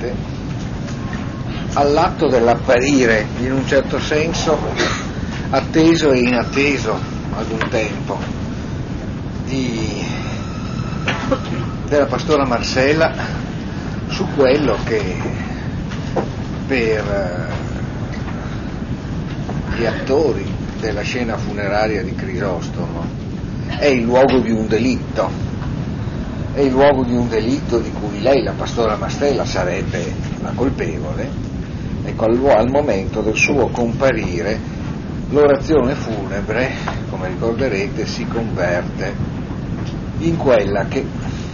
mente all'atto dell'apparire in un certo senso atteso e inatteso ad un tempo della pastora Marcella su quello che per gli attori della scena funeraria di Crisostomo è il luogo di un delitto, di cui lei, la pastora Marcella, sarebbe la colpevole. Ecco, al momento del suo comparire l'orazione funebre, come ricorderete, si converte in quella che,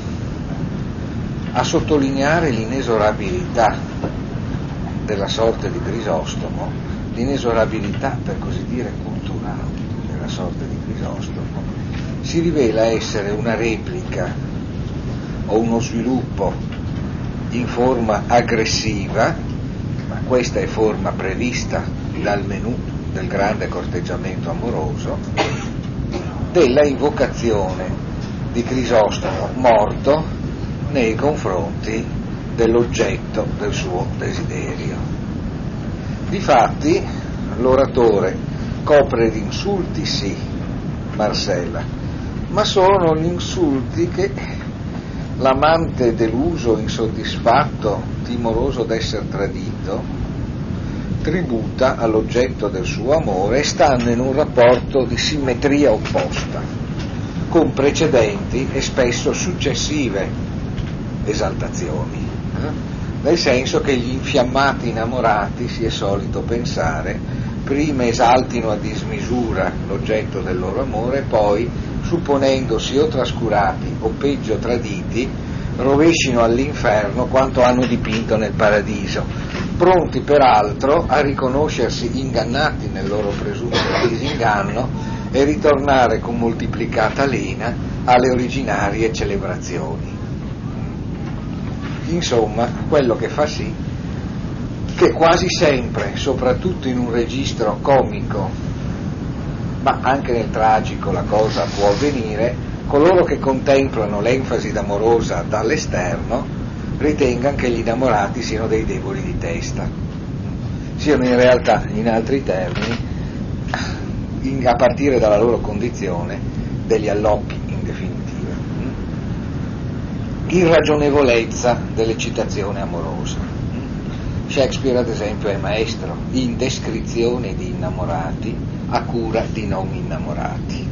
a sottolineare l'inesorabilità della sorte di Crisostomo, l'inesorabilità per così dire culturale della sorte di Crisostomo, si rivela essere una replica o uno sviluppo in forma aggressiva, ma questa è forma prevista dal menù del grande corteggiamento amoroso, della invocazione di Crisostomo morto nei confronti dell'oggetto del suo desiderio. Difatti l'oratore copre di insulti sì Marcella, ma sono gli insulti che l'amante deluso, insoddisfatto, timoroso d'essere tradito, tributa all'oggetto del suo amore, e stanno in un rapporto di simmetria opposta, con precedenti e spesso successive esaltazioni, nel senso che gli infiammati innamorati, si è solito pensare, prima esaltino a dismisura l'oggetto del loro amore, poi, supponendosi o trascurati o peggio traditi, rovescino all'inferno quanto hanno dipinto nel paradiso, pronti peraltro a riconoscersi ingannati nel loro presunto disinganno e ritornare con moltiplicata lena alle originarie celebrazioni. Insomma, quello che fa sì che quasi sempre, soprattutto in un registro comico, ma anche nel tragico la cosa può avvenire, coloro che contemplano l'enfasi d'amorosa dall'esterno ritengano che gli innamorati siano dei deboli di testa, siano in realtà, in altri termini, a partire dalla loro condizione, degli alloppi in definitiva. Irragionevolezza dell'eccitazione amorosa. Shakespeare, ad esempio, è maestro in descrizioni di innamorati a cura di non innamorati.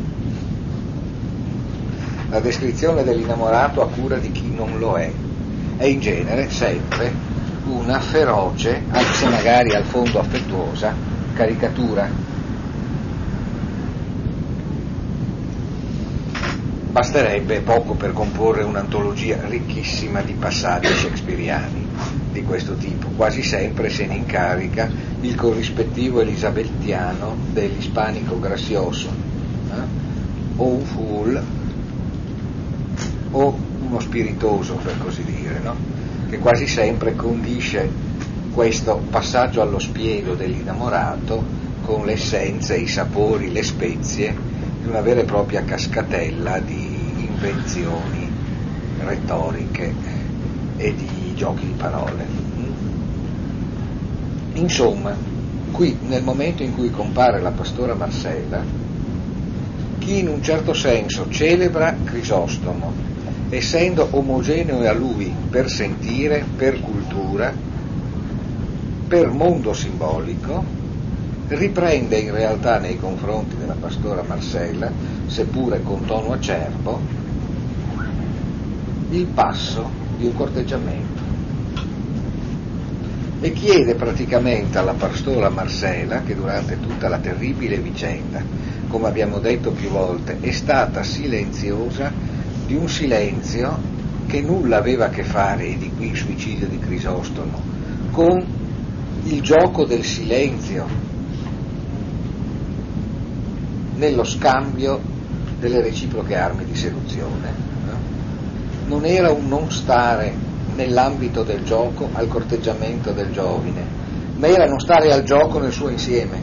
La descrizione dell'innamorato a cura di chi non lo è in genere sempre una feroce, anche se magari al fondo affettuosa, caricatura. Basterebbe poco per comporre un'antologia ricchissima di passaggi shakespeariani di questo tipo. Quasi sempre se ne incarica il corrispettivo elisabettiano dell'ispanico Gracioso, o un fool o uno spiritoso, per così dire, no? Che quasi sempre condisce questo passaggio allo spiedo dell'innamorato con le essenze, i sapori, le spezie di una vera e propria cascatella di invenzioni retoriche e di giochi di parole. Insomma, qui nel momento in cui compare la pastora Marcella, chi in un certo senso celebra Crisostomo, essendo omogeneo a lui per sentire, per cultura, per mondo simbolico, riprende in realtà nei confronti della pastora Marcella, seppure con tono acerbo, il passo di un corteggiamento e chiede praticamente alla pastora Marcella, che durante tutta la terribile vicenda, come abbiamo detto più volte, è stata silenziosa, di un silenzio che nulla aveva a che fare, e di qui il suicidio di Crisostomo, con il gioco del silenzio nello scambio delle reciproche armi di seduzione. Non era un non stare nell'ambito del gioco al corteggiamento del giovine, ma era non stare al gioco nel suo insieme.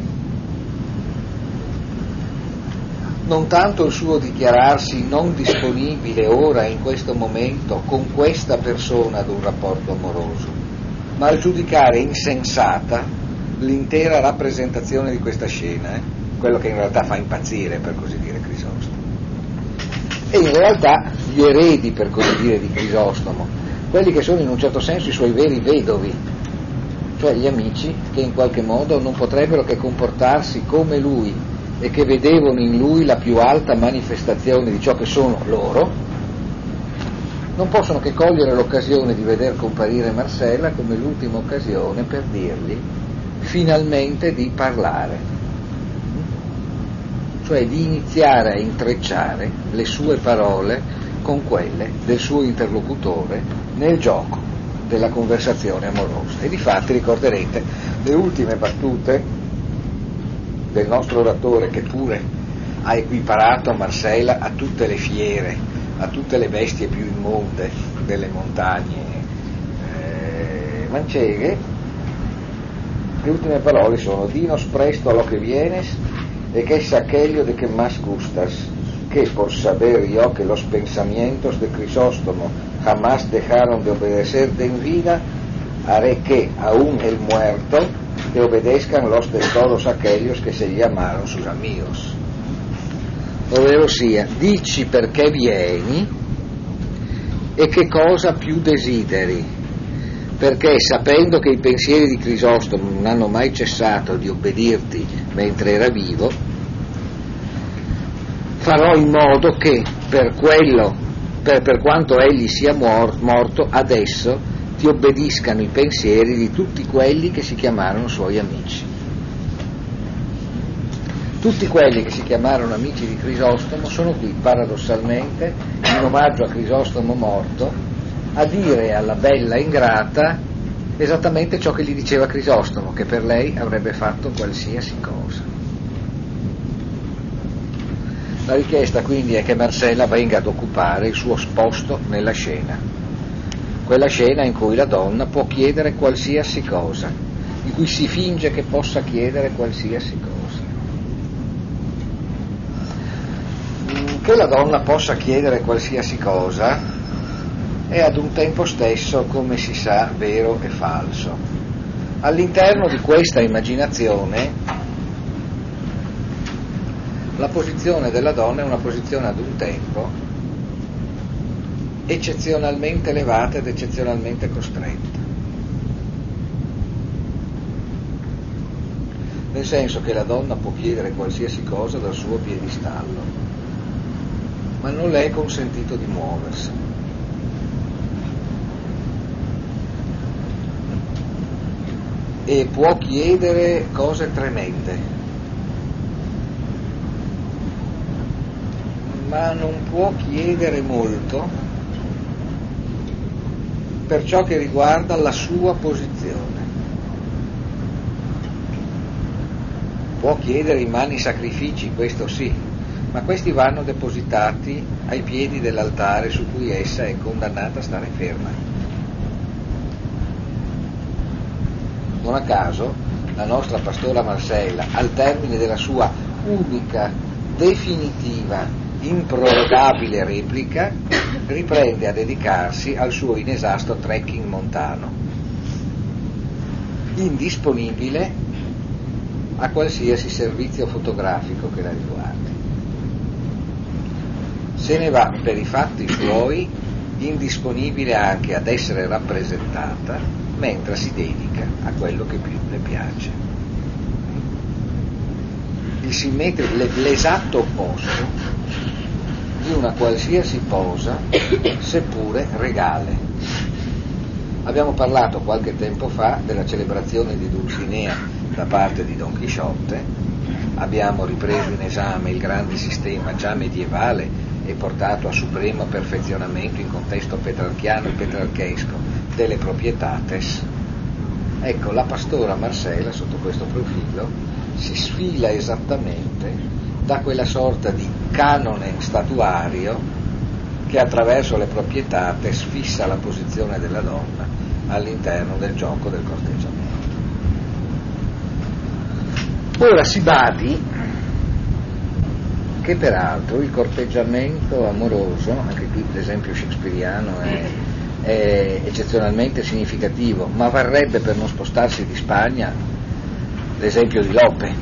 Non tanto il suo dichiararsi non disponibile ora in questo momento con questa persona ad un rapporto amoroso, ma al giudicare insensata l'intera rappresentazione di questa scena, quello che in realtà fa impazzire, per così dire, Crisostomo. E in realtà gli eredi, per così dire, di Crisostomo, quelli che sono in un certo senso i suoi veri vedovi, cioè gli amici che in qualche modo non potrebbero che comportarsi come lui e che vedevano in lui la più alta manifestazione di ciò che sono loro, non possono che cogliere l'occasione di veder comparire Marcella come l'ultima occasione per dirgli finalmente di parlare, cioè di iniziare a intrecciare le sue parole con quelle del suo interlocutore nel gioco della conversazione amorosa. E difatti ricorderete le ultime battute del nostro oratore, che pure ha equiparato Marcella a tutte le fiere, a tutte le bestie più immonde delle montagne mancheghe. Le ultime parole sono: dinos presto a lo que vienes e que es aquello de que más gustas, que por saber yo que los pensamientos de Crisóstomo jamás dejaron de obedecerte en vida, haré que, aún el muerto, te obedezcan los de todos aquellos que se llamaron sus amigos. Ovvero sia, dici perché vieni e che cosa più desideri, perché sapendo che i pensieri di Crisostomo non hanno mai cessato di obbedirti mentre era vivo, farò in modo che per quanto egli sia morto, adesso ti obbediscano i pensieri di tutti quelli che si chiamarono suoi amici. Tutti quelli che si chiamarono amici di Crisostomo sono qui paradossalmente, in omaggio a Crisostomo morto, a dire alla bella ingrata esattamente ciò che gli diceva Crisostomo, che per lei avrebbe fatto qualsiasi cosa. La richiesta quindi è che Marcella venga ad occupare il suo posto nella scena, quella scena in cui la donna può chiedere qualsiasi cosa, in cui si finge che possa chiedere qualsiasi cosa. Che la donna possa chiedere qualsiasi cosa è ad un tempo stesso, come si sa, vero e falso. All'interno di questa immaginazione la posizione della donna è una posizione ad un tempo eccezionalmente elevata ed eccezionalmente costretta, nel senso che la donna può chiedere qualsiasi cosa dal suo piedistallo, ma non le è consentito di muoversi. E può chiedere cose tremende, ma non può chiedere molto per ciò che riguarda la sua posizione. Può chiedere immani sacrifici, questo sì, ma questi vanno depositati ai piedi dell'altare su cui essa è condannata a stare ferma. Non a caso la nostra pastora Marcella, al termine della sua unica, definitiva, improrogabile replica, riprende a dedicarsi al suo inesausto trekking montano, indisponibile a qualsiasi servizio fotografico che la riguardi. Se ne va per i fatti suoi, indisponibile anche ad essere rappresentata, mentre si dedica a quello che più le piace. L'esatto opposto di una qualsiasi posa, seppure regale. Abbiamo parlato qualche tempo fa della celebrazione di Dulcinea da parte di Don Chisciotte, abbiamo ripreso in esame il grande sistema già medievale e portato a supremo perfezionamento in contesto petrarchiano e petrarchesco delle proprietates. Ecco, la pastora Marcella sotto questo profilo si sfila esattamente da quella sorta di canone statuario che attraverso le proprietates fissa la posizione della donna all'interno del gioco del corteggiamento. Ora si badi che peraltro il corteggiamento amoroso, anche qui l'esempio shakespeariano è è eccezionalmente significativo, ma varrebbe per non spostarsi di Spagna l'esempio di Lope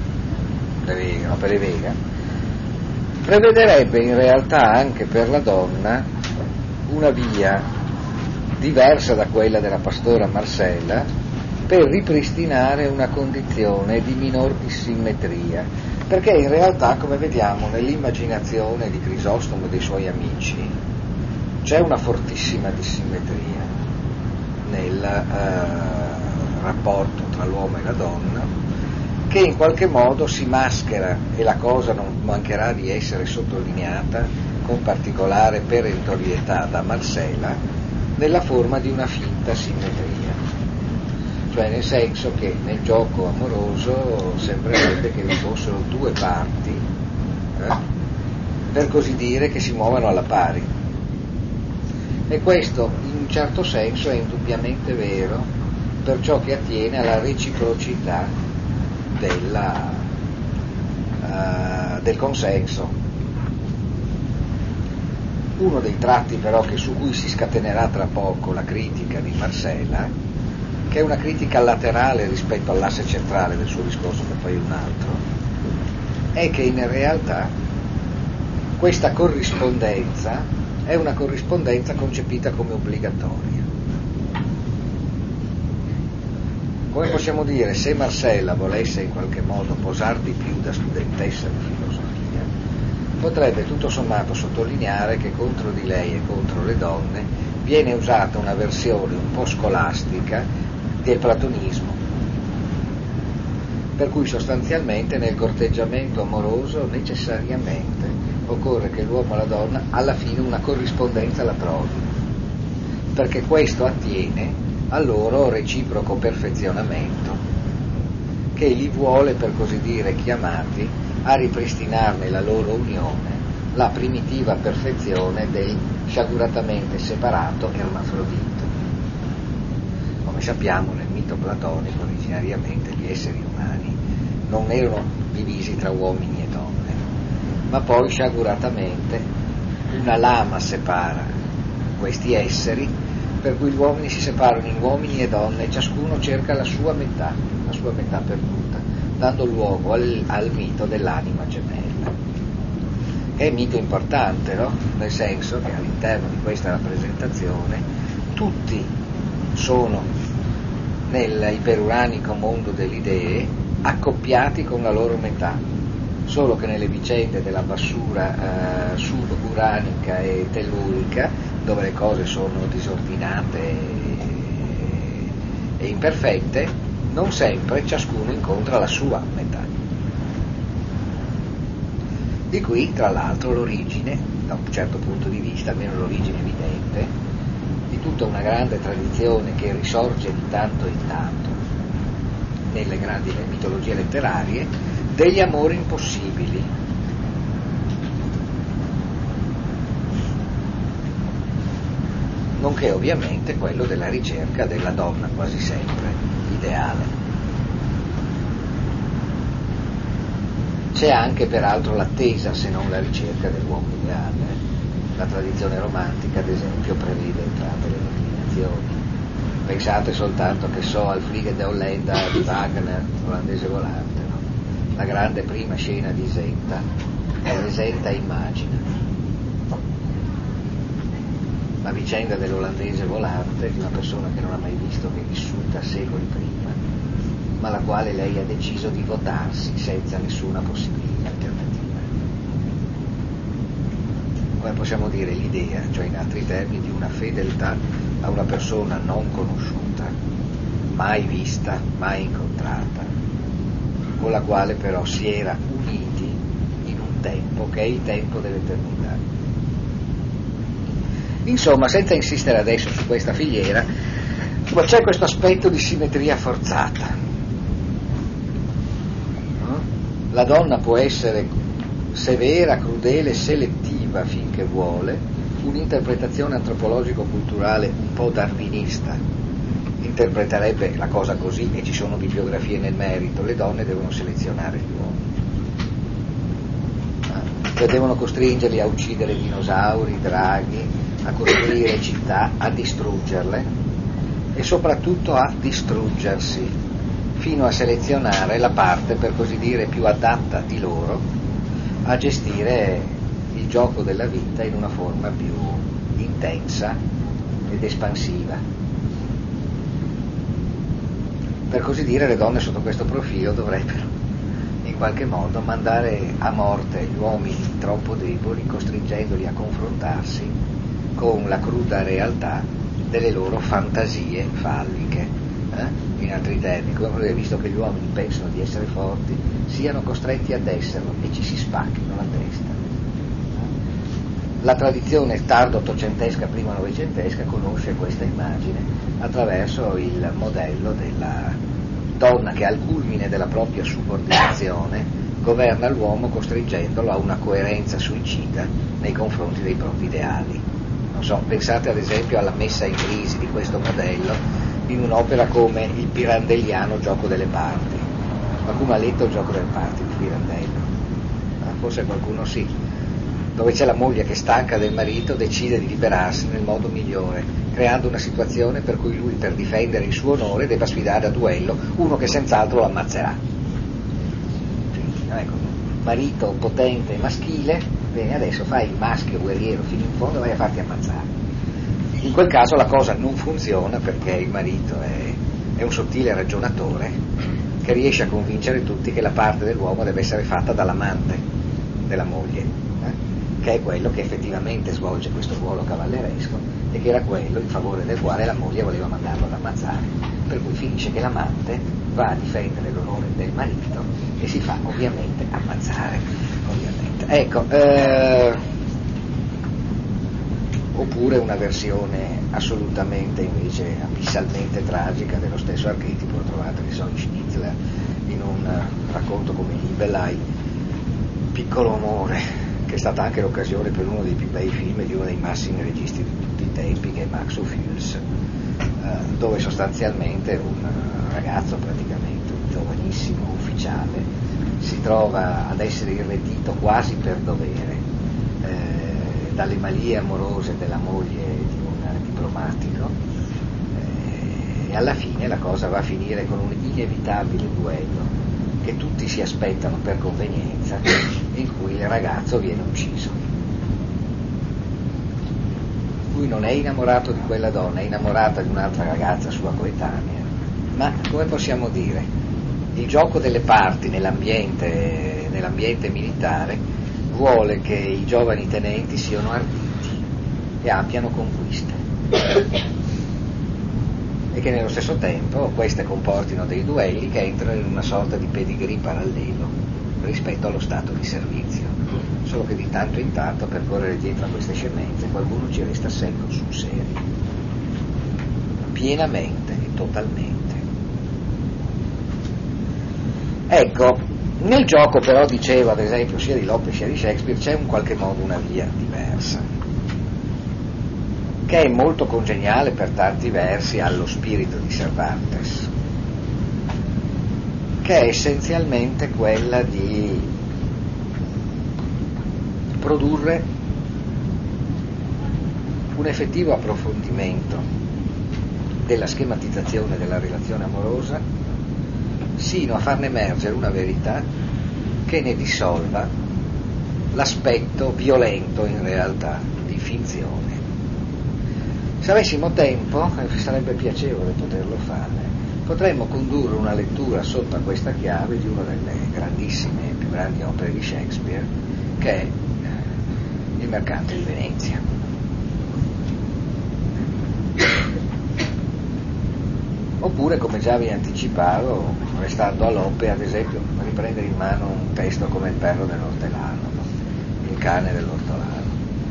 le Vega, prevederebbe in realtà anche per la donna una via diversa da quella della pastora Marcella per ripristinare una condizione di minor dissimmetria, perché in realtà, come vediamo nell'immaginazione di Crisostomo e dei suoi amici, c'è una fortissima dissimmetria nel rapporto tra l'uomo e la donna, che in qualche modo si maschera, e la cosa non mancherà di essere sottolineata con particolare perentorietà da Marcella, nella forma di una finta simmetria, cioè nel senso che nel gioco amoroso sembrerebbe che vi fossero due parti, per così dire, che si muovono alla pari, e questo in un certo senso è indubbiamente vero per ciò che attiene alla reciprocità del consenso. Uno dei tratti però su cui si scatenerà tra poco la critica di Marcella, che è una critica laterale rispetto all'asse centrale del suo discorso, che poi è un altro, è che in realtà questa corrispondenza è una corrispondenza concepita come obbligatoria. Come possiamo dire, se Marcella volesse in qualche modo posar di più da studentessa di filosofia, potrebbe tutto sommato sottolineare che contro di lei e contro le donne viene usata una versione un po' scolastica del platonismo, per cui sostanzialmente nel corteggiamento amoroso necessariamente occorre che l'uomo e la donna alla fine una corrispondenza la trovino, perché questo attiene al loro reciproco perfezionamento, che li vuole, per così dire, chiamati a ripristinare nella loro unione la primitiva perfezione del sciaguratamente separato ermafrodito. Come sappiamo, nel mito platonico originariamente gli esseri umani non erano divisi tra uomini e donne, ma poi sciaguratamente una lama separa questi esseri, per cui gli uomini si separano in uomini e donne e ciascuno cerca la sua metà perduta, dando luogo al mito dell'anima gemella, che è un mito importante, no? Nel senso che all'interno di questa rappresentazione tutti sono nel iperuranico mondo delle idee accoppiati con la loro metà, solo che nelle vicende della bassura suburanica e tellurica, dove le cose sono disordinate e imperfette, non sempre ciascuno incontra la sua metà. Di qui, tra l'altro, l'origine, da un certo punto di vista, almeno l'origine evidente, di tutta una grande tradizione che risorge di tanto in tanto nelle grandi mitologie letterarie, degli amori impossibili. Nonché ovviamente quello della ricerca della donna quasi sempre ideale. C'è anche peraltro l'attesa, se non la ricerca, dell'uomo ideale. La tradizione romantica, ad esempio, prevede entrambe le declinazioni. Pensate soltanto, al Fliege der Holländer di Wagner, l'olandese volante, no? La grande prima scena di Zenta presenta immagina la vicenda dell'olandese volante, di una persona che non ha mai visto, che è vissuta secoli prima, ma alla quale lei ha deciso di votarsi senza nessuna possibile alternativa. Come possiamo dire, l'idea, cioè in altri termini, di una fedeltà a una persona non conosciuta, mai vista, mai incontrata, con la quale però si era uniti in un tempo che è il tempo dell'eternità. Insomma, senza insistere adesso su questa filiera, ma c'è questo aspetto di simmetria forzata. La donna può essere severa, crudele, selettiva finché vuole, un'interpretazione antropologico-culturale un po' darwinista interpreterebbe la cosa così, e ci sono bibliografie nel merito: le donne devono selezionare gli uomini, cioè devono costringerli a uccidere dinosauri, draghi, a costruire città, a distruggerle e soprattutto a distruggersi, fino a selezionare la parte, per così dire, più adatta di loro a gestire il gioco della vita in una forma più intensa ed espansiva. Per così dire, le donne sotto questo profilo dovrebbero in qualche modo mandare a morte gli uomini troppo deboli, costringendoli a confrontarsi con la cruda realtà delle loro fantasie falliche. In altri termini, come avete visto che gli uomini pensano di essere forti, siano costretti ad esserlo e ci si spacchino la testa. La tradizione tardo ottocentesca, prima novecentesca, conosce questa immagine attraverso il modello della donna che al culmine della propria subordinazione governa l'uomo costringendolo a una coerenza suicida nei confronti dei propri ideali. Non so, pensate ad esempio alla messa in crisi di questo modello in un'opera come il pirandelliano Gioco delle parti. Qualcuno ha letto il Gioco delle parti di Pirandello? Forse qualcuno sì, dove c'è la moglie che, stanca del marito, decide di liberarsi nel modo migliore, creando una situazione per cui lui, per difendere il suo onore, debba sfidare a duello uno che senz'altro lo ammazzerà. Ecco, marito potente e maschile, bene, adesso fai il maschio guerriero fino in fondo e vai a farti ammazzare. In quel caso la cosa non funziona perché il marito è un sottile ragionatore che riesce a convincere tutti che la parte dell'uomo deve essere fatta dall'amante della moglie, che è quello che effettivamente svolge questo ruolo cavalleresco e che era quello in favore del quale la moglie voleva mandarlo ad ammazzare, per cui finisce che l'amante va a difendere l'onore del marito e si fa ovviamente ammazzare, ovviamente. Ecco, oppure una versione assolutamente invece abissalmente tragica dello stesso archetipo lo trovate, che so, in Schnitzler, in un racconto come Nibelheim, Piccolo amore, che è stata anche l'occasione per uno dei più bei film di uno dei massimi registi di tutti i tempi, che è Max Ophuls, dove sostanzialmente un ragazzo, praticamente un giovanissimo ufficiale, si trova ad essere irretito quasi per dovere dalle malie amorose della moglie di un diplomatico, e alla fine la cosa va a finire con un inevitabile duello che tutti si aspettano per convenienza, in cui il ragazzo viene ucciso. Lui non è innamorato di quella donna, è innamorata di un'altra ragazza sua coetanea, ma come possiamo dire, il gioco delle parti nell'ambiente militare vuole che i giovani tenenti siano arditi e abbiano conquiste e che nello stesso tempo queste comportino dei duelli che entrano in una sorta di pedigree parallelo rispetto allo stato di servizio, solo che di tanto in tanto, per correre dietro a queste scemenze, qualcuno ci resta sempre sul serio, pienamente e totalmente. Ecco, nel gioco però, dicevo, ad esempio, sia di Lope sia di Shakespeare, c'è in qualche modo una via diversa, che è molto congeniale per tanti versi allo spirito di Cervantes, che è essenzialmente quella di produrre un effettivo approfondimento della schematizzazione della relazione amorosa, sino a farne emergere una verità che ne dissolva l'aspetto violento in realtà di finzione. Se avessimo tempo, sarebbe piacevole poterlo fare, potremmo condurre una lettura sotto a questa chiave di una delle grandissime e più grandi opere di Shakespeare, che è Il mercante di Venezia. Oppure, come già vi anticipavo, restando a Lope, ad esempio, riprendere in mano un testo come Il perro dell'ortolano, Il cane dell'ortolano,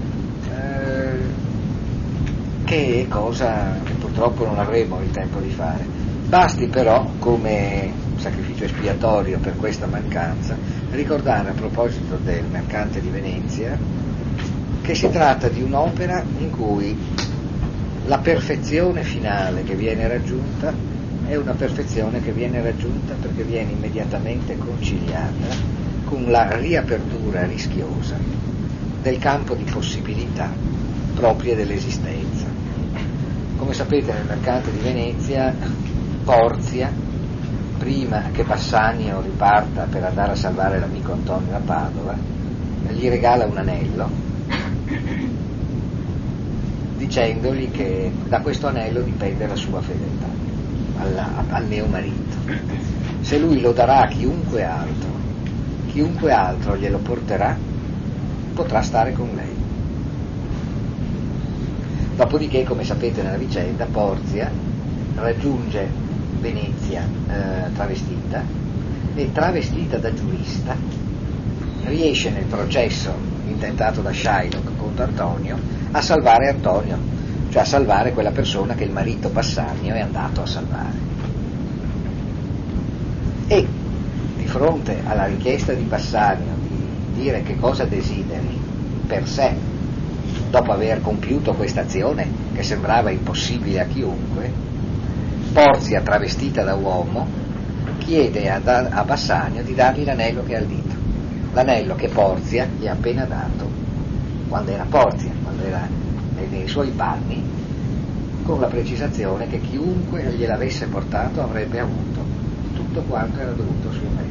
che è cosa che purtroppo non avremo il tempo di fare. Basti però, come sacrificio espiatorio per questa mancanza, ricordare a proposito del mercante di Venezia che si tratta di un'opera in cui la perfezione finale che viene raggiunta è una perfezione che viene raggiunta perché viene immediatamente conciliata con la riapertura rischiosa del campo di possibilità proprie dell'esistenza. Come sapete, nel mercante di Venezia, Porzia, prima che Bassanio riparta per andare a salvare l'amico Antonio a Padova, gli regala un anello, dicendogli che da questo anello dipende la sua fedeltà al mio marito. Se lui lo darà a chiunque altro glielo porterà, potrà stare con lei. Dopodiché, come sapete nella vicenda, Porzia raggiunge Venezia travestita, e travestita da giurista riesce nel processo intentato da Shylock contro Antonio a salvare Antonio, cioè a salvare quella persona che il marito Bassanio è andato a salvare. E di fronte alla richiesta di Bassanio di dire che cosa desideri per sé dopo aver compiuto questa azione che sembrava impossibile a chiunque, Porzia, travestita da uomo, chiede a Bassanio di dargli l'anello che ha al dito, l'anello che Porzia gli ha appena dato quando era Porzia, quando era nei suoi panni, con la precisazione che chiunque gliel'avesse portato avrebbe avuto tutto quanto era dovuto suo marito.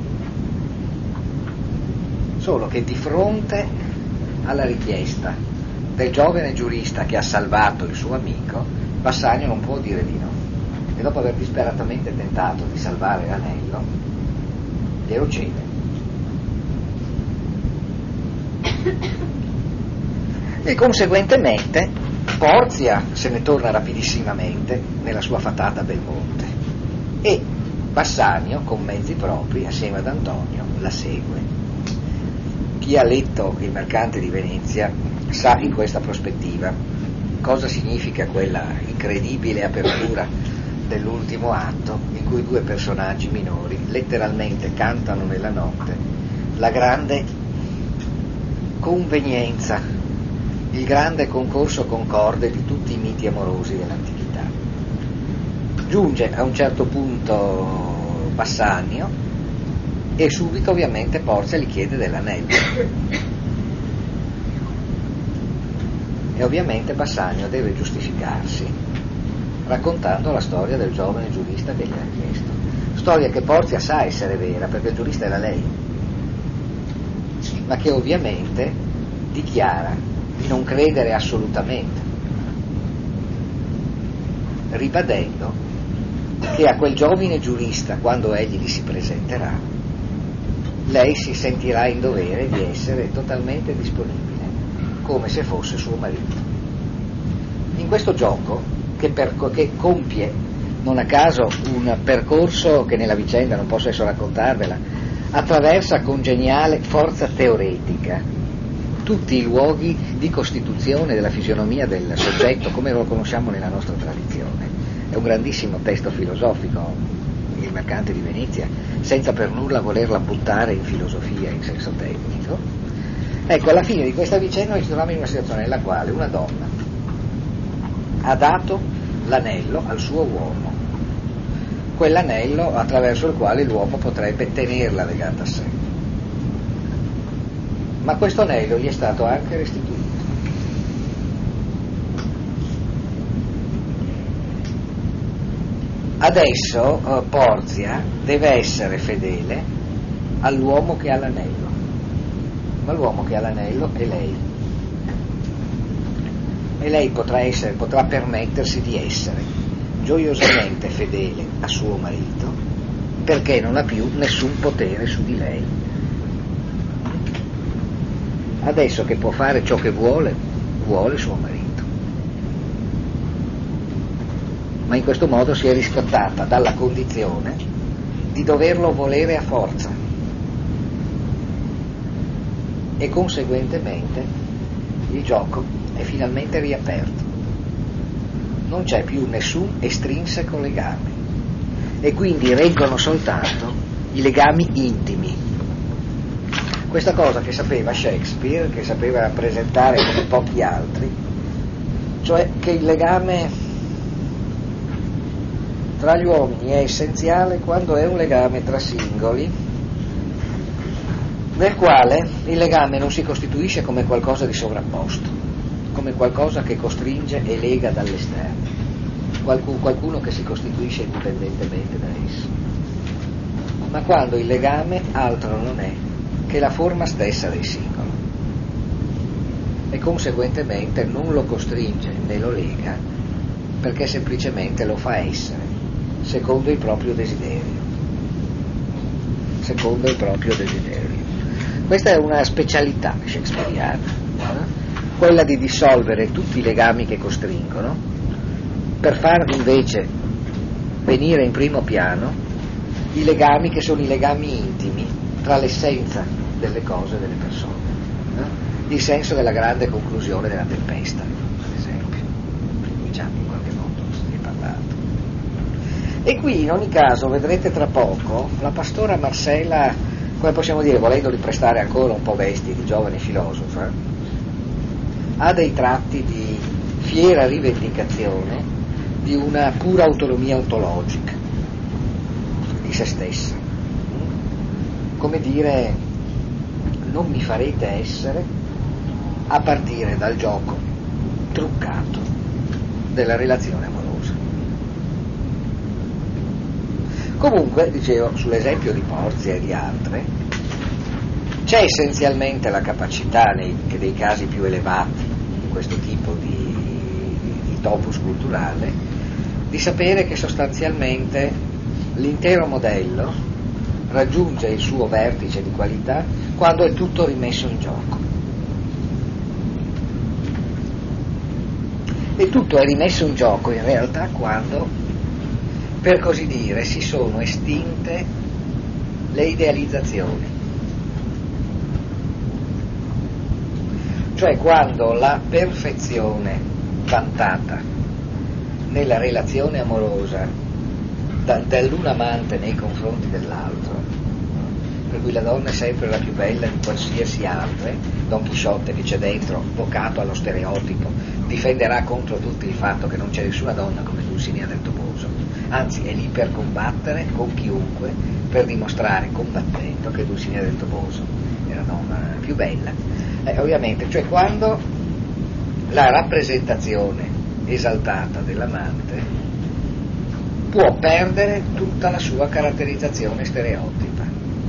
Solo che di fronte alla richiesta del giovane giurista che ha salvato il suo amico, Bassanio non può dire di no, e dopo aver disperatamente tentato di salvare l'anello glielo cede. E conseguentemente Porzia se ne torna rapidissimamente nella sua fatata Belmonte e Bassanio con mezzi propri assieme ad Antonio la segue. Chi ha letto Il mercante di Venezia sa in questa prospettiva cosa significa quella incredibile apertura dell'ultimo atto in cui due personaggi minori letteralmente cantano nella notte la grande convenienza, il grande concorso concorde di tutti i miti amorosi dell'antichità. Giunge a un certo punto Bassanio e subito ovviamente Porzia gli chiede dell'anello e ovviamente Bassanio deve giustificarsi raccontando la storia del giovane giurista che gli ha chiesto, storia che Porzia sa essere vera perché il giurista era lei, ma che ovviamente dichiara di non credere assolutamente, ribadendo che a quel giovane giurista, quando egli gli si presenterà, lei si sentirà in dovere di essere totalmente disponibile, come se fosse suo marito. In questo gioco, che compie non a caso un percorso che nella vicenda non posso adesso raccontarvela, attraversa con geniale forza teoretica tutti i luoghi di costituzione della fisionomia del soggetto come lo conosciamo nella nostra tradizione. È un grandissimo testo filosofico, Il mercante di Venezia, senza per nulla volerla buttare in filosofia in senso tecnico. Ecco, alla fine di questa vicenda noi ci troviamo in una situazione nella quale una donna ha dato l'anello al suo uomo, quell'anello attraverso il quale l'uomo potrebbe tenerla legata a sé, ma questo anello gli è stato anche restituito. Adesso Porzia deve essere fedele all'uomo che ha l'anello, ma l'uomo che ha l'anello è lei, e lei potrà permettersi di essere gioiosamente fedele a suo marito perché non ha più nessun potere su di lei. Adesso che può fare ciò che vuole suo marito, ma in questo modo si è riscattata dalla condizione di doverlo volere a forza e conseguentemente il gioco è finalmente riaperto, non c'è più nessun estrinseco legame e quindi reggono soltanto i legami intimi. Questa cosa che sapeva Shakespeare, che sapeva rappresentare come pochi altri, cioè che il legame tra gli uomini è essenziale quando è un legame tra singoli, nel quale il legame non si costituisce come qualcosa di sovrapposto, come qualcosa che costringe e lega dall'esterno, qualcuno che si costituisce indipendentemente da esso, ma quando il legame altro non è che la forma stessa del singolo e conseguentemente non lo costringe né lo lega, perché semplicemente lo fa essere secondo il proprio desiderio. Questa è una specialità shakespeariana, quella di dissolvere tutti i legami che costringono per far invece venire in primo piano i legami che sono i legami intimi tra l'essenza delle cose e delle persone, il senso della grande conclusione della tempesta, ad esempio, diciamo in qualche modo si è parlato. E qui in ogni caso vedrete tra poco la pastora Marcella, come possiamo dire, volendo riprestare ancora un po' vesti di giovane filosofa, ha dei tratti di fiera rivendicazione di una pura autonomia ontologica di se stessa, come dire, non mi farete essere a partire dal gioco truccato della relazione amorosa. Comunque, dicevo, sull'esempio di Porzia e di altre, c'è essenzialmente la capacità dei casi più elevati di questo tipo di topos culturale di sapere che sostanzialmente l'intero modello raggiunge il suo vertice di qualità quando è tutto rimesso in gioco. E tutto è rimesso in gioco in realtà quando, per così dire, si sono estinte le idealizzazioni. Cioè quando la perfezione vantata nella relazione amorosa dall'un amante nei confronti dell'altro, per cui la donna è sempre la più bella di qualsiasi altra, Don Chisciotte che c'è dentro, vocato allo stereotipo, difenderà contro tutti il fatto che non c'è nessuna donna come Dulcinea del Toboso, anzi è lì per combattere con chiunque per dimostrare combattendo che Dulcinea del Toboso è la donna più bella. Ovviamente, cioè quando la rappresentazione esaltata dell'amante può perdere tutta la sua caratterizzazione stereotipa,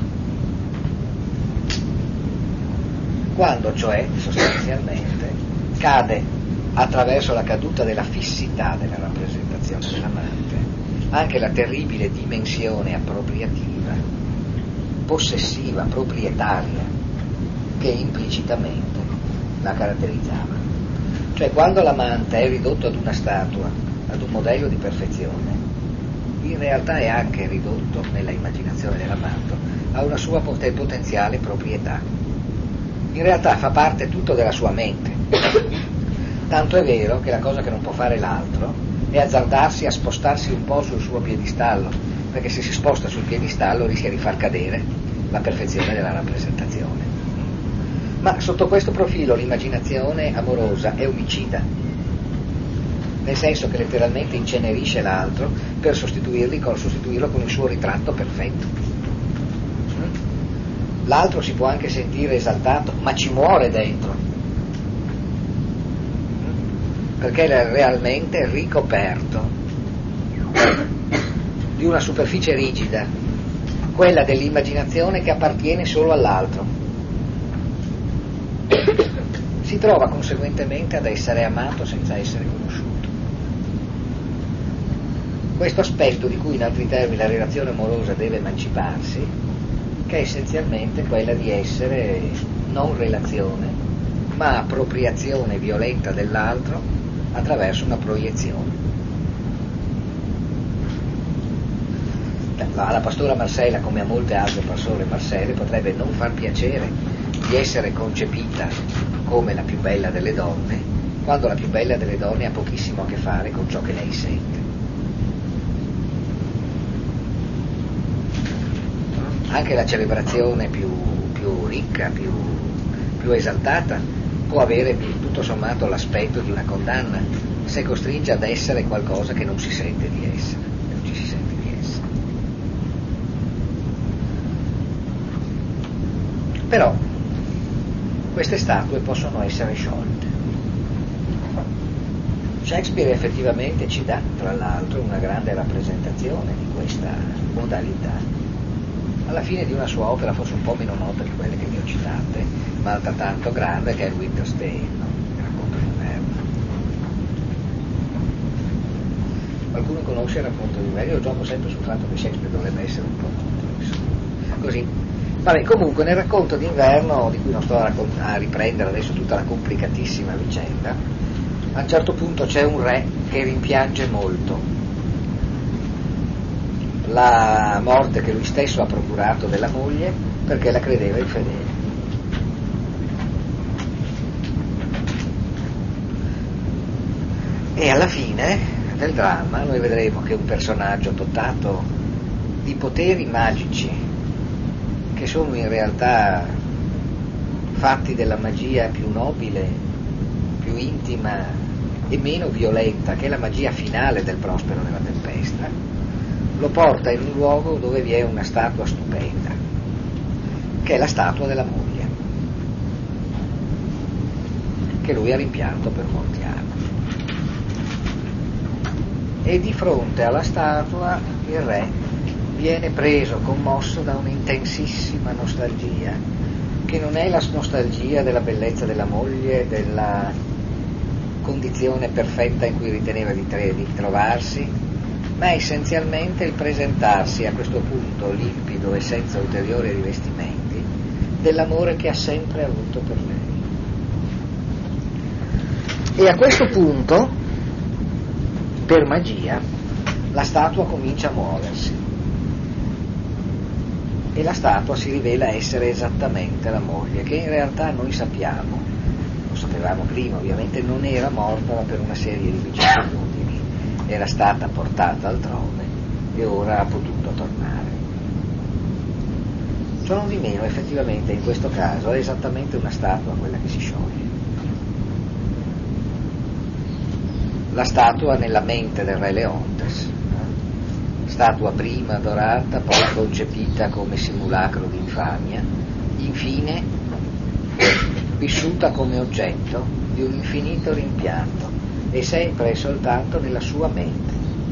quando cioè sostanzialmente cade attraverso la caduta della fissità della rappresentazione dell'amante anche la terribile dimensione appropriativa, possessiva, proprietaria che implicitamente la caratterizzava. Cioè quando l'amante è ridotto ad una statua, ad un modello di perfezione, in realtà è anche ridotto nella immaginazione dell'amato a una sua potenziale proprietà. In realtà fa parte tutto della sua mente. Tanto è vero che la cosa che non può fare l'altro è azzardarsi a spostarsi un po' sul suo piedistallo, perché se si sposta sul piedistallo rischia di far cadere la perfezione della rappresentazione. Ma sotto questo profilo l'immaginazione amorosa è omicida, nel senso che letteralmente incenerisce l'altro per sostituirlo con il suo ritratto perfetto. L'altro si può anche sentire esaltato, ma ci muore dentro, perché è realmente ricoperto di una superficie rigida, quella dell'immaginazione che appartiene solo all'altro. Si trova conseguentemente ad essere amato senza essere conosciuto. Questo aspetto di cui in altri termini la relazione amorosa deve emanciparsi, che è essenzialmente quella di essere non relazione, ma appropriazione violenta dell'altro attraverso una proiezione. Alla pastora Marcella, come a molte altre pastore Marcelle, potrebbe non far piacere di essere concepita come la più bella delle donne, quando la più bella delle donne ha pochissimo a che fare con ciò che lei sente. Anche la celebrazione più ricca, più esaltata, può avere tutto sommato l'aspetto di una condanna, se costringe ad essere qualcosa che non si sente di essere, non ci si sente di essere. Però queste statue possono essere sciolte. Shakespeare effettivamente ci dà, tra l'altro, una grande rappresentazione di questa modalità. Alla fine di una sua opera, forse un po' meno nota di quelle che vi ho citate, ma altrettanto grande, che è il Winter's Tale, no? Il racconto d'inverno. Qualcuno conosce il racconto d'inverno? Io gioco sempre sul fatto che Shakespeare dovrebbe essere un po' noto, insomma. Così. Vabbè, comunque nel racconto d'inverno, di cui non sto a riprendere adesso tutta la complicatissima vicenda, a un certo punto c'è un re che rimpiange molto la morte che lui stesso ha procurato della moglie perché la credeva infedele. E alla fine del dramma noi vedremo che un personaggio dotato di poteri magici, che sono in realtà fatti della magia più nobile, più intima e meno violenta, che è la magia finale del Prospero della Tempesta, lo porta in un luogo dove vi è una statua stupenda, che è la statua della moglie, che lui ha rimpianto per molti anni. E di fronte alla statua il re viene preso, commosso da un'intensissima nostalgia, che non è la nostalgia della bellezza della moglie, della condizione perfetta in cui riteneva di trovarsi, ma essenzialmente il presentarsi a questo punto limpido e senza ulteriori rivestimenti dell'amore che ha sempre avuto per lei. E a questo punto, per magia, la statua comincia a muoversi e la statua si rivela essere esattamente la moglie, che in realtà noi sappiamo, lo sapevamo prima ovviamente, non era morta per una serie di vicissitudini, era stata portata altrove e ora ha potuto tornare. Ciò non di meno, effettivamente in questo caso è esattamente una statua quella che si scioglie. La statua nella mente del re Leontes, statua prima adorata, poi concepita come simulacro di infamia, infine vissuta come oggetto di un infinito rimpianto e sempre e soltanto nella sua mente.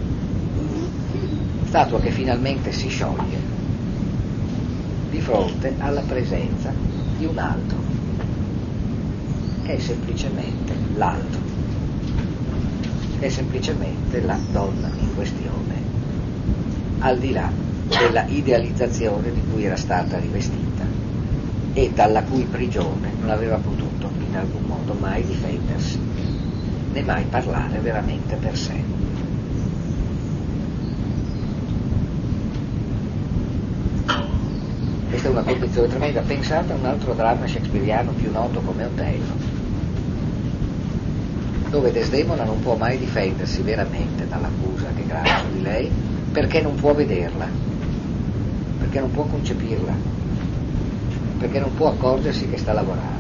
Statua che finalmente si scioglie di fronte alla presenza di un altro, che è semplicemente l'altro, che è semplicemente la donna in questione, al di là della idealizzazione di cui era stata rivestita e dalla cui prigione non aveva potuto in alcun modo mai difendersi, né mai parlare veramente per sé. Questa è una condizione tremenda. Pensate a un altro dramma shakespeariano più noto come Otello, dove Desdemona non può mai difendersi veramente dall'accusa che grava su di lei, perché non può vederla, perché non può concepirla, perché non può accorgersi che sta lavorando.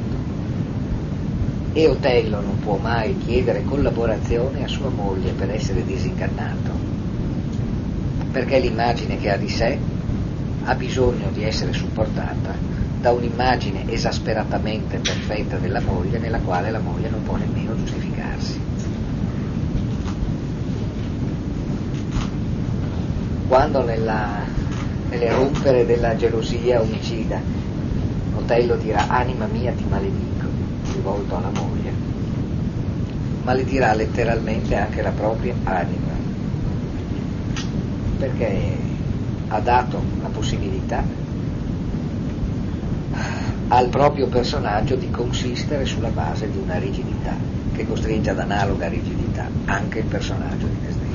E Otello non può mai chiedere collaborazione a sua moglie per essere disingannato, perché l'immagine che ha di sé ha bisogno di essere supportata da un'immagine esasperatamente perfetta della moglie, nella quale la moglie non può nemmeno giustificarsi. Quando nell'erumpere della gelosia omicida Otello dirà "anima mia ti maledico", rivolto alla moglie, maledirà letteralmente anche la propria anima, perché ha dato la possibilità al proprio personaggio di consistere sulla base di una rigidità che costringe ad analoga rigidità anche il personaggio di Desdemona.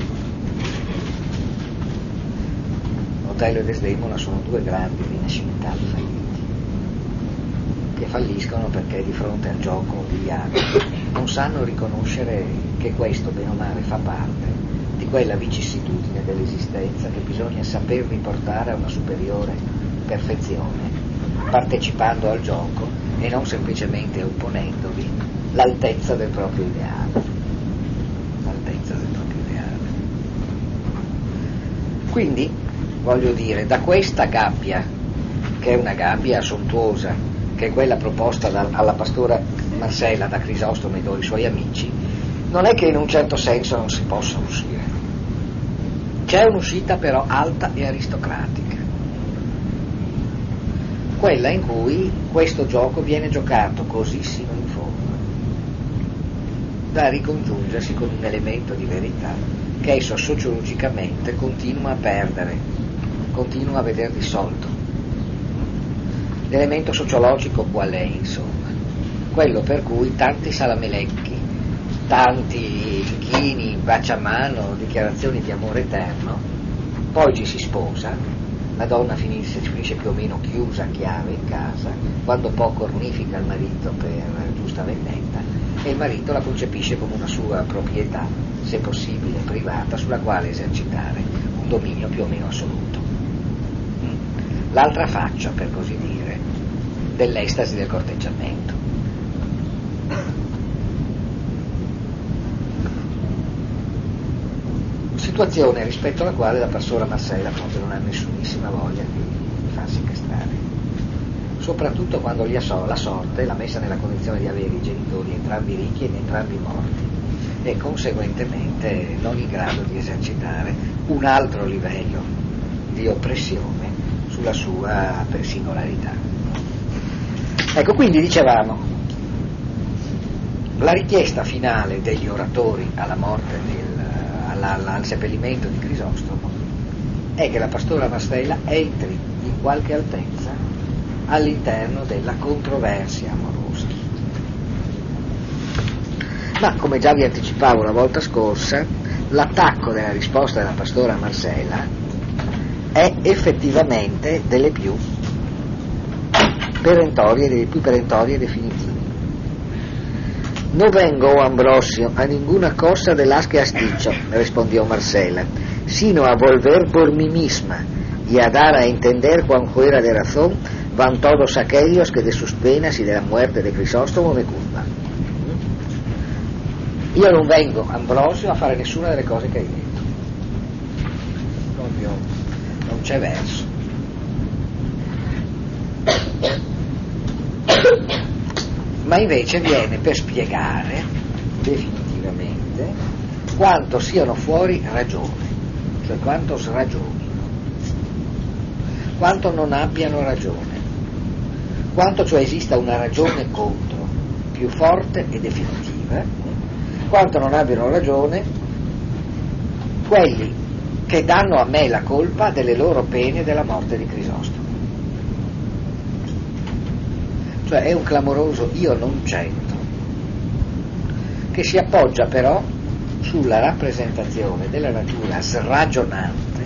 Otello e Desdemona sono due grandi rinascimentali falliti, che falliscono perché di fronte al gioco vigliano non sanno riconoscere che questo, bene o male, fa parte di quella vicissitudine dell'esistenza che bisogna saper riportare a una superiore perfezione, partecipando al gioco e non semplicemente opponendovi l'altezza del proprio ideale. L'altezza del proprio ideale. Quindi, voglio dire, da questa gabbia, che è una gabbia sontuosa, che è quella proposta alla pastora Marcella da Crisostomo e dai suoi amici, non è che in un certo senso non si possa uscire, c'è un'uscita però alta e aristocratica, quella in cui questo gioco viene giocato così sino in fondo da ricongiungersi con un elemento di verità che esso sociologicamente continua a perdere, continua a veder dissolto. L'elemento sociologico qual è, insomma? Quello per cui tanti salamelecchi, tanti inchini, baciamano, dichiarazioni di amore eterno, poi ci si sposa, la donna finisce più o meno chiusa a chiave in casa, quando poco cornifica il marito per giusta vendetta, e il marito la concepisce come una sua proprietà, se possibile privata, sulla quale esercitare un dominio più o meno assoluto. L'altra faccia, per così dire, dell'estasi del corteggiamento. Situazione rispetto alla quale la pastora Marcella proprio non ha nessunissima voglia di farsi incastrare, soprattutto quando la sorte l'ha messa nella condizione di avere i genitori entrambi ricchi ed entrambi morti e conseguentemente non in grado di esercitare un altro livello di oppressione sulla sua singolarità. Ecco, quindi dicevamo, la richiesta finale degli oratori alla morte al seppellimento di Crisostomo è che la pastora Marcella entri in qualche altezza all'interno della controversia amorosa. Ma come già vi anticipavo la volta scorsa, l'attacco della risposta della pastora Marcella è effettivamente delle più perentorie e definitive. No vengo, Ambrosio, a ninguna cosa de las que has dicho, respondió Marcela, sino a volver por mí misma y a dar a entender cuán fuera de razón van todos aquellos que de sus penas y de la muerte de Crisóstomo me culpan. Io non vengo, Ambrosio, a fare nessuna delle cose che hai detto. Proprio non c'è verso. Ma invece viene per spiegare definitivamente quanto siano fuori ragione, cioè quanto sragionino, quanto non abbiano ragione, quanto cioè esista una ragione contro, più forte e definitiva, quanto non abbiano ragione quelli che danno a me la colpa delle loro pene della morte di Crisostomo. Cioè è un clamoroso io non c'entro, che si appoggia però sulla rappresentazione della natura sragionante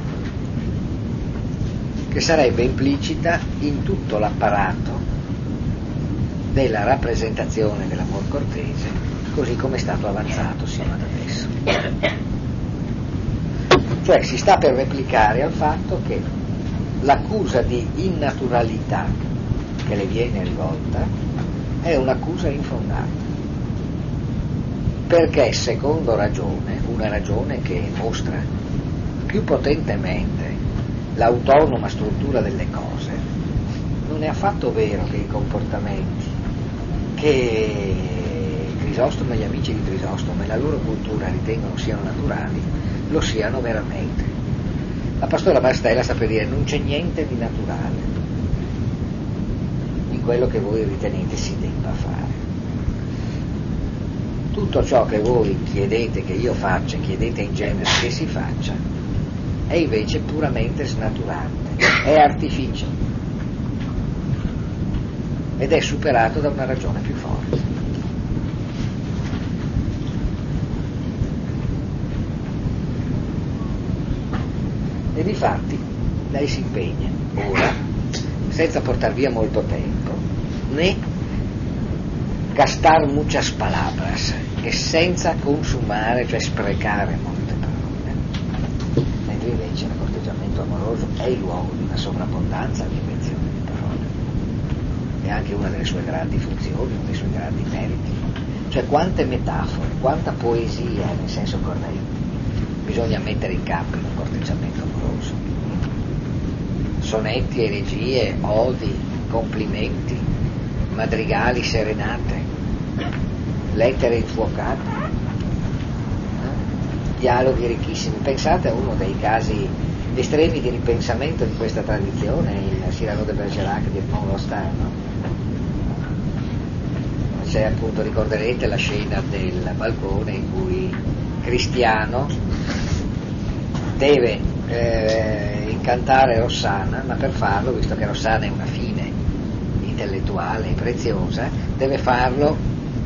che sarebbe implicita in tutto l'apparato della rappresentazione dell'amor cortese così come è stato avanzato sino ad adesso. Cioè si sta per replicare al fatto che l'accusa di innaturalità che le viene rivolta è un'accusa infondata, perché secondo ragione, una ragione che mostra più potentemente l'autonoma struttura delle cose, non è affatto vero che i comportamenti che Crisostomo e gli amici di Crisostomo e la loro cultura ritengono siano naturali lo siano veramente. La pastora Marcella sta per dire non c'è niente di naturale quello che voi ritenete si debba fare. Tutto ciò che voi chiedete che io faccia, chiedete in genere che si faccia, è invece puramente snaturante, è artificio ed è superato da una ragione più forte. E difatti lei si impegna ora, senza portar via molto tempo, né gastar muchas palabras, e senza consumare, cioè sprecare molte parole, mentre invece il corteggiamento amoroso è il luogo di una sovrabbondanza di invenzione di parole, è anche una delle sue grandi funzioni, uno dei suoi grandi meriti, cioè quante metafore, quanta poesia nel senso corretto bisogna mettere in campo in un corteggiamento amoroso. Sonetti, elegie, odi, complimenti, madrigali, serenate, lettere infuocate, dialoghi ricchissimi. Pensate a uno dei casi estremi di ripensamento di questa tradizione, il Cyrano de Bergerac di Edmond Rostand, no? C'è appunto, ricorderete la scena del balcone in cui Cristiano deve incantare Rossana, ma per farlo, visto che Rossana è una fine intellettuale e preziosa, deve farlo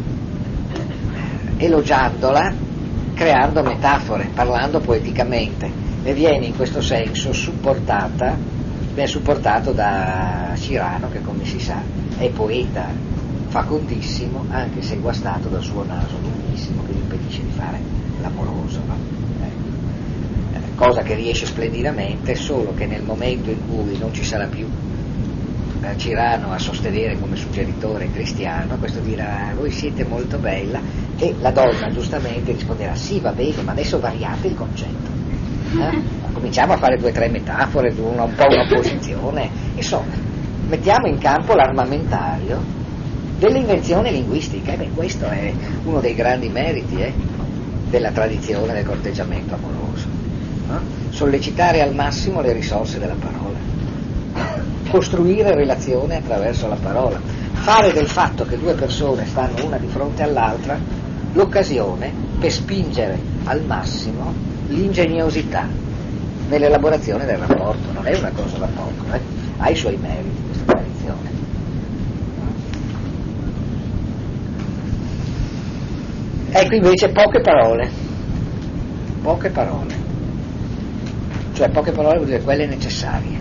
elogiandola, creando metafore, parlando poeticamente, e viene in questo senso supportato da Cyrano, che come si sa è poeta facondissimo, anche se guastato dal suo naso lunghissimo che gli impedisce di fare l'amoroso, no? Cosa che riesce splendidamente, solo che nel momento in cui non ci sarà più Cyrano a sostenere come suggeritore Cristiano, questo dirà: voi siete molto bella, e la donna giustamente risponderà: sì, va bene, ma adesso variate il concetto, cominciamo a fare 2 o 3 metafore, un po' un'opposizione, insomma mettiamo in campo l'armamentario dell'invenzione linguistica. E questo è uno dei grandi meriti della tradizione del corteggiamento amoroso, sollecitare al massimo le risorse della parola, costruire relazione attraverso la parola, fare del fatto che 2 persone stanno una di fronte all'altra l'occasione per spingere al massimo l'ingegnosità nell'elaborazione del rapporto. Non è una cosa da poco, ha i suoi meriti questa tradizione. Ecco invece poche parole, cioè poche parole vuol dire quelle necessarie,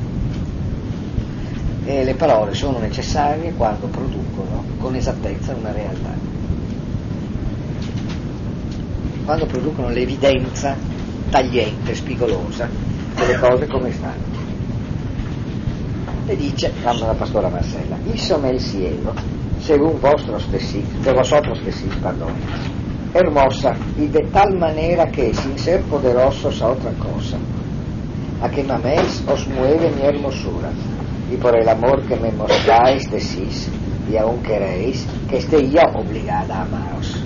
e le parole sono necessarie quando producono con esattezza una realtà, quando producono l'evidenza tagliente, spigolosa delle cose come stanno. E dice, la pastora Marcella: il sono el cielo, según vosotros decís, hermosa, y de tal manera que sin ser poderosos a otra cosa, a que me améis os mueve mi hermosura, y por el amor que me mostráis decís, y aún queréis, que esté yo obligada a amaros.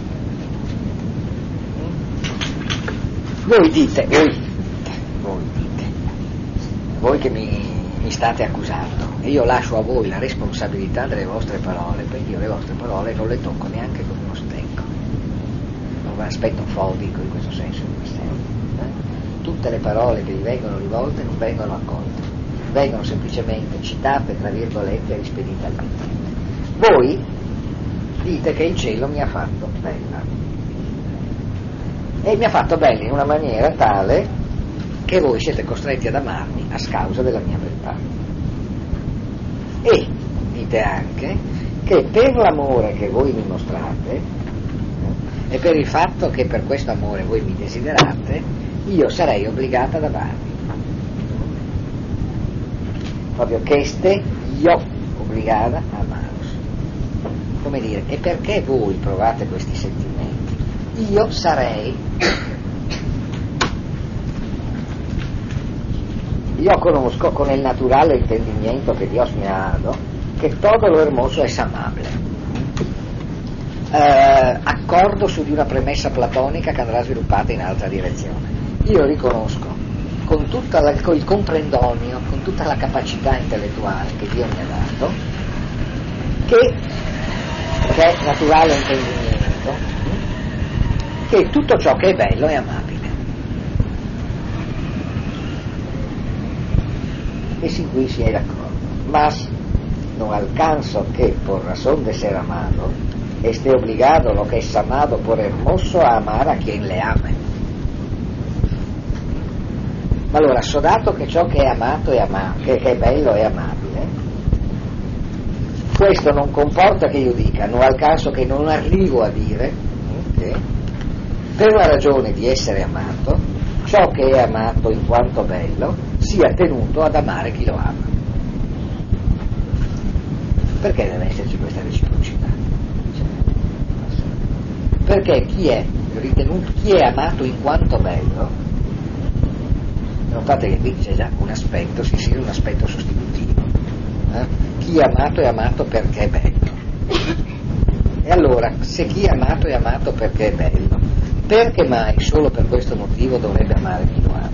Voi che mi state accusando, e io lascio a voi la responsabilità delle vostre parole, perché io le vostre parole non le tocco neanche con uno stecco, un aspetto fobico in questo senso di Marcello. Tutte le parole che vi vengono rivolte non vengono accolte, vengono semplicemente citate, tra virgolette, e rispedite al mittente. Voi dite che il cielo mi ha fatto bella, e mi ha fatto bella in una maniera tale che voi siete costretti ad amarmi a causa della mia beltà. E dite anche che per l'amore che voi mi mostrate e per il fatto che per questo amore voi mi desiderate, io sarei obbligata ad amarvi. Proprio che ste io obbligata a amaros. Come dire, e perché voi provate questi sentimenti? Io conosco con el natural entendimiento que Dios me ha dado que todo lo hermoso es amable. Accordo su di una premessa platonica che andrà sviluppata in altra direzione. Io riconosco con il comprendonio, con tutta la capacità intellettuale che Dio mi ha dato, che è naturale intendimento, che tutto ciò che è bello è amabile. E sin qui si è d'accordo. Mas no alcanzo que por razón de ser amado esté obligado lo que es amado por hermoso a amar a quien le ame. Ma allora, dato che ciò che è amato è che è bello è amabile, questo non comporta che io dica, no alcanzo che non arrivo a dire che per la ragione di essere amato, ciò che è amato in quanto bello sia tenuto ad amare chi lo ama. Perché deve esserci questa reciprocità? Perché chi è amato in quanto bello, notate che qui c'è già un aspetto, si insegue un aspetto sostitutivo. Chi è amato perché è bello. E allora, se chi è amato perché è bello, Perché mai solo per questo motivo dovrebbe amare chi lo ama?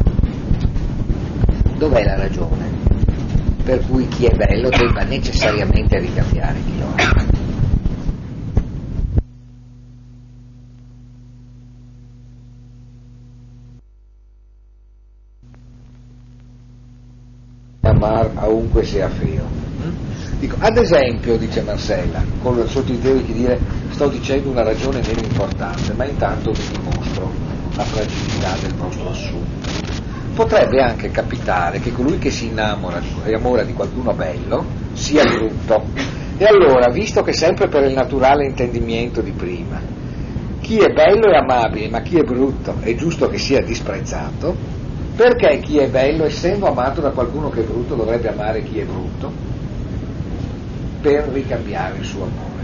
Dov'è la ragione per cui chi è bello debba necessariamente ricambiare chi lo ama? Amar aunque sia feo. Dico, ad esempio, dice Marcella, con il sottintendo di dire sto dicendo una ragione meno importante, ma intanto vi dimostro la fragilità del vostro assunto. Potrebbe anche capitare che colui che si innamora di qualcuno bello sia brutto. E allora, visto che sempre per il naturale intendimento di prima, chi è bello è amabile, ma chi è brutto è giusto che sia disprezzato, perché chi è bello, essendo amato da qualcuno che è brutto, dovrebbe amare chi è brutto? Per ricambiare il suo amore.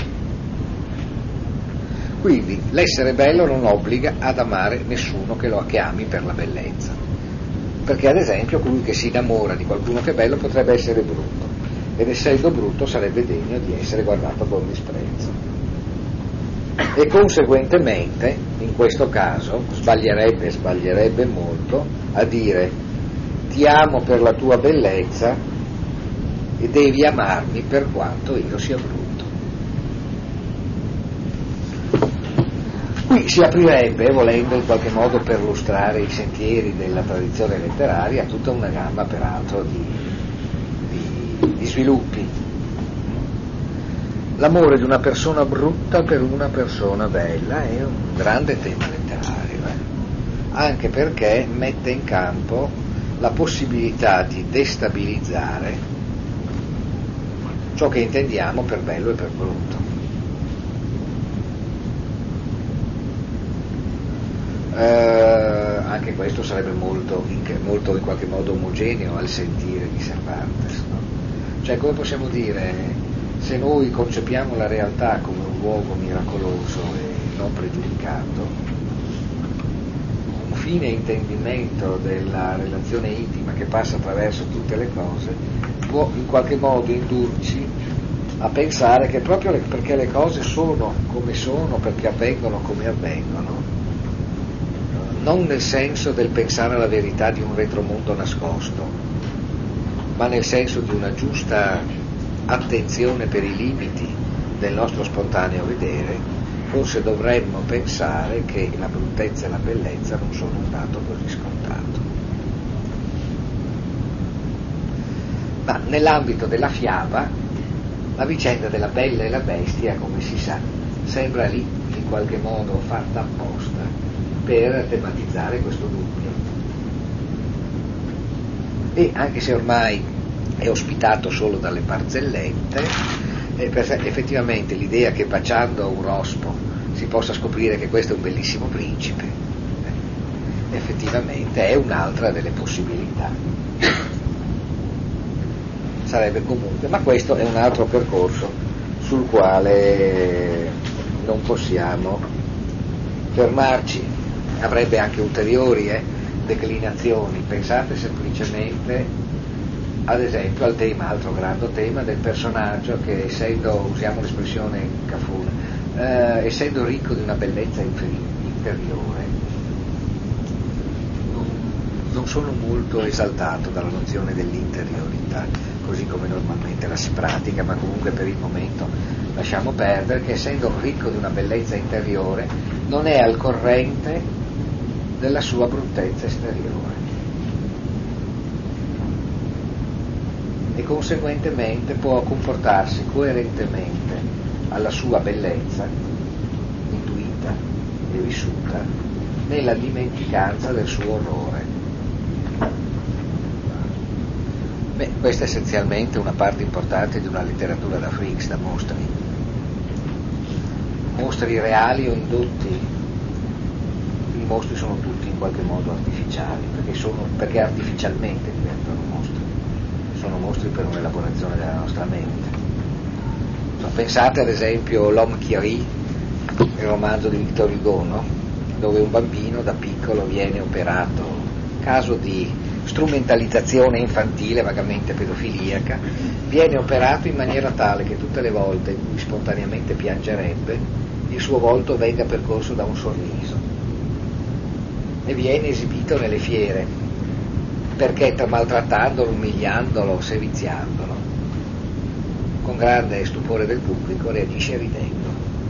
Quindi l'essere bello non obbliga ad amare nessuno che ami per la bellezza, perché ad esempio colui che si innamora di qualcuno che è bello potrebbe essere brutto, ed essendo brutto sarebbe degno di essere guardato con disprezzo, e conseguentemente in questo caso sbaglierebbe molto a dire ti amo per la tua bellezza e devi amarmi per quanto io sia brutto. Qui si aprirebbe, volendo in qualche modo perlustrare i sentieri della tradizione letteraria, tutta una gamma peraltro di sviluppi. L'amore di una persona brutta per una persona bella è un grande tema letterario, anche perché mette in campo la possibilità di destabilizzare ciò che intendiamo per bello e per brutto. Anche questo sarebbe molto in qualche modo omogeneo al sentire di Cervantes, no? Cioè, come possiamo dire, se noi concepiamo la realtà come un luogo miracoloso e non pregiudicato, un fine intendimento della relazione intima che passa attraverso tutte le cose può in qualche modo indurci a pensare che proprio perché le cose sono come sono, perché avvengono come avvengono, non nel senso del pensare alla verità di un retromondo nascosto, ma nel senso di una giusta attenzione per i limiti del nostro spontaneo vedere, forse dovremmo pensare che la bruttezza e la bellezza non sono un dato così scontato. Ma nell'ambito della fiaba, la vicenda della bella e la bestia, come si sa, sembra lì in qualche modo fatta apposta per tematizzare questo dubbio. E anche se ormai è ospitato solo dalle barzellette, effettivamente l'idea che baciando un rospo si possa scoprire che questo è un bellissimo principe, effettivamente è un'altra delle possibilità. Sarebbe comunque, ma questo è un altro percorso sul quale non possiamo fermarci. Avrebbe anche ulteriori declinazioni. Pensate semplicemente ad esempio al tema, altro grande tema, del personaggio che, essendo, usiamo l'espressione cafona, essendo ricco di una bellezza interiore, non sono molto esaltato dalla nozione dell'interiorità, così come normalmente la si pratica, ma comunque per il momento lasciamo perdere, che essendo ricco di una bellezza interiore non è al corrente della sua bruttezza esteriore e conseguentemente può comportarsi coerentemente alla sua bellezza intuita e vissuta nella dimenticanza del suo orrore. Questa è essenzialmente una parte importante di una letteratura da freaks, da mostri reali o indotti. I mostri sono tutti in qualche modo artificiali, perché artificialmente diventano mostri, sono mostri per un'elaborazione della nostra mente. Pensate ad esempio L'Homme qui rit, il romanzo di Victor Hugo, no? Dove un bambino da piccolo viene operato, caso di strumentalizzazione infantile vagamente pedofiliaca, viene operato in maniera tale che tutte le volte in cui spontaneamente piangerebbe il suo volto venga percorso da un sorriso. e viene esibito nelle fiere, perché maltrattandolo, umiliandolo, seviziandolo, con grande stupore del pubblico reagisce ridendo.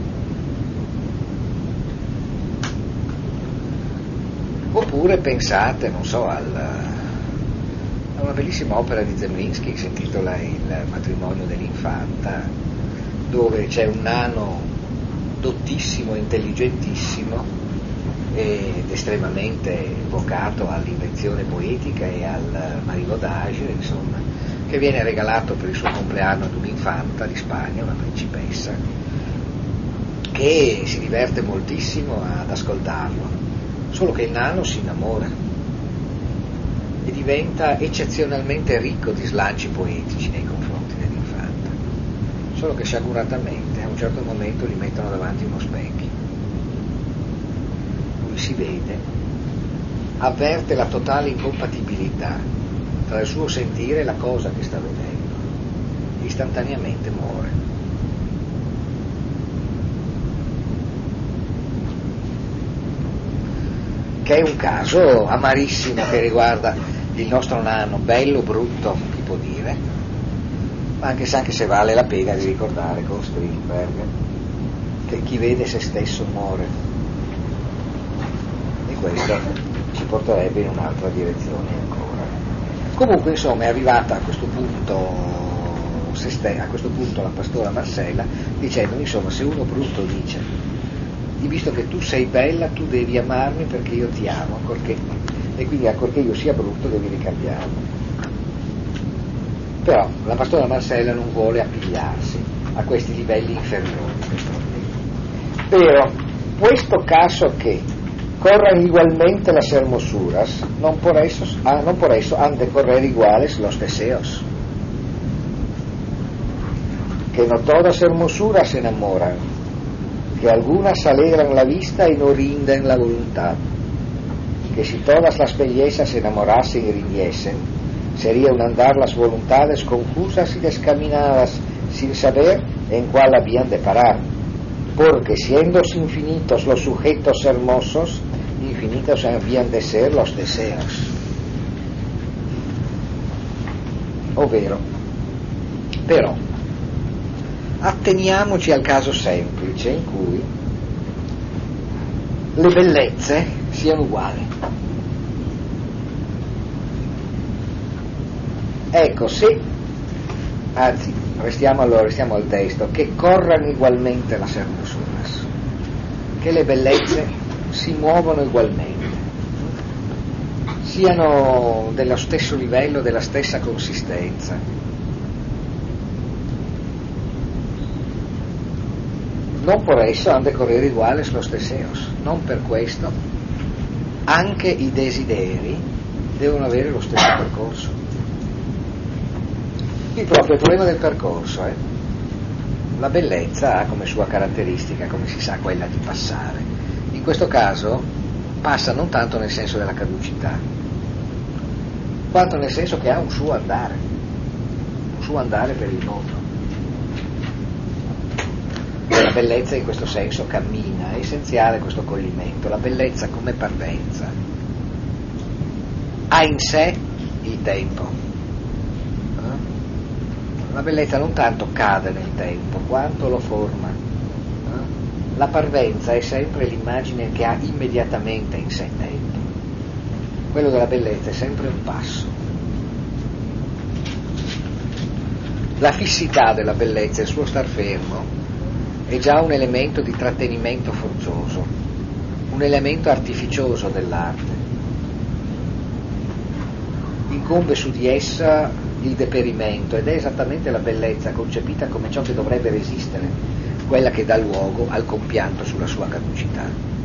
Oppure pensate, non so, a una bellissima opera di Zemlinsky che si intitola Il matrimonio dell'infanta, dove c'è un nano dottissimo, intelligentissimo ed estremamente vocato all'invenzione poetica e al marivaudage, insomma, che viene regalato per il suo compleanno ad un'infanta di Spagna, una principessa, che si diverte moltissimo ad ascoltarlo, solo che il nano si innamora e diventa eccezionalmente ricco di slanci poetici nei confronti dell'infanta, solo che sciaguratamente a un certo momento gli mettono davanti uno specchio. Lui si vede, avverte la totale incompatibilità tra il suo sentire e la cosa che sta vedendo, istantaneamente muore. Che è un caso amarissimo che riguarda il nostro nano, bello, brutto, chi può dire, ma anche se vale la pena di ricordare con Strindberg che chi vede se stesso muore, e questo ci porterebbe in un'altra direzione ancora. Comunque, insomma, è arrivata a questo punto la pastora Marcella dicendo, insomma, se uno brutto dice visto che tu sei bella, tu devi amarmi perché io ti amo, e quindi ancorché io sia brutto devi ricambiarmi. Però la pastora Marcella non vuole appigliarsi a questi livelli inferiori. Però questo caso che corran igualmente las hermosuras, non por eso han de correr iguales los deseos, que no todas hermosuras se enamoran, que algunas alegran la vista y no rinden la voluntad, que si todas las bellezas se enamorasen y rindiesen, sería un andar las voluntades confusas y descaminadas sin saber en cuál habían de parar, porque siendo infinitos los sujetos hermosos, infinitos habían de ser los deseos. Ovvero, però, atteniamoci al caso semplice in cui le bellezze siano uguali. Ecco, restiamo al testo, che corrano ugualmente las hermosuras, che le bellezze si muovono ugualmente, siano dello stesso livello, della stessa consistenza. Non por eso han de correr iguales los deseos, non per questo anche i desideri devono avere lo stesso percorso. Il problema del percorso è la bellezza ha come sua caratteristica, come si sa, quella di passare. In questo caso passa non tanto nel senso della caducità, quanto nel senso che ha un suo andare per il mondo. La bellezza in questo senso cammina, è essenziale questo coglimento. La bellezza come parvenza ha in sé il tempo. La bellezza non tanto cade nel tempo quanto lo forma. La parvenza è sempre l'immagine che ha immediatamente in sé tempo. Quello della bellezza è sempre un passo. La fissità della bellezza, il suo star fermo, è già un elemento di trattenimento forzoso, un elemento artificioso dell'arte. Incombe su di essa il deperimento ed è esattamente la bellezza concepita come ciò che dovrebbe resistere, quella che dà luogo al compianto sulla sua caducità.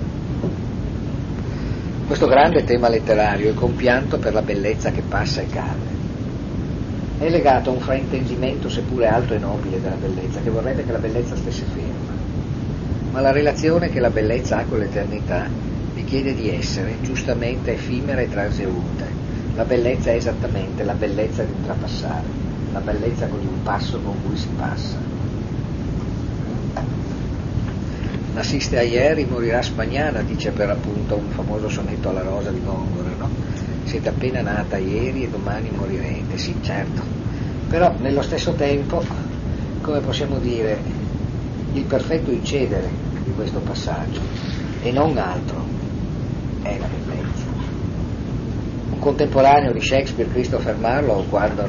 Questo grande tema letterario, il compianto per la bellezza che passa e cade, è legato a un fraintendimento seppure alto e nobile della bellezza, che vorrebbe che la bellezza stesse ferma, ma la relazione che la bellezza ha con l'eternità gli chiede di essere giustamente effimera e transeunte. La bellezza è esattamente la bellezza di un trapassare, la bellezza di un passo con cui si passa. Nasiste a ieri, morirà spaniana, dice per appunto un famoso sonetto alla Rosa di Góngora, no? Siete appena nata ieri e domani morirete. Sì, certo, però nello stesso tempo, come possiamo dire, il perfetto incedere di questo passaggio e non altro è la bellezza. Un contemporaneo di Shakespeare, Christopher Marlowe, quando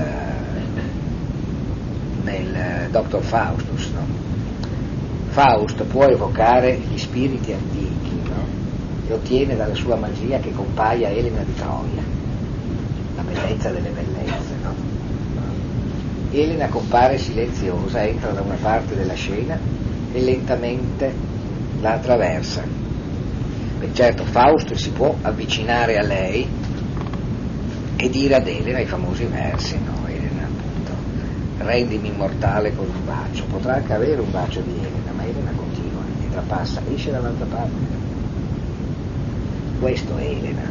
nel Dr. Faustus, no? Faust può evocare gli spiriti antichi, no? E ottiene dalla sua magia che compaia Elena di Troia, la bellezza delle bellezze, no? Elena compare silenziosa, entra da una parte della scena e lentamente la attraversa. Beh, certo, Faust si può avvicinare a lei e dire ad Elena i famosi versi, no? Elena, appunto, rendimi immortale con un bacio. Potrà anche avere un bacio di Elena, ma Elena continua e trapassa, esce dall'altra parte. Questo è Elena.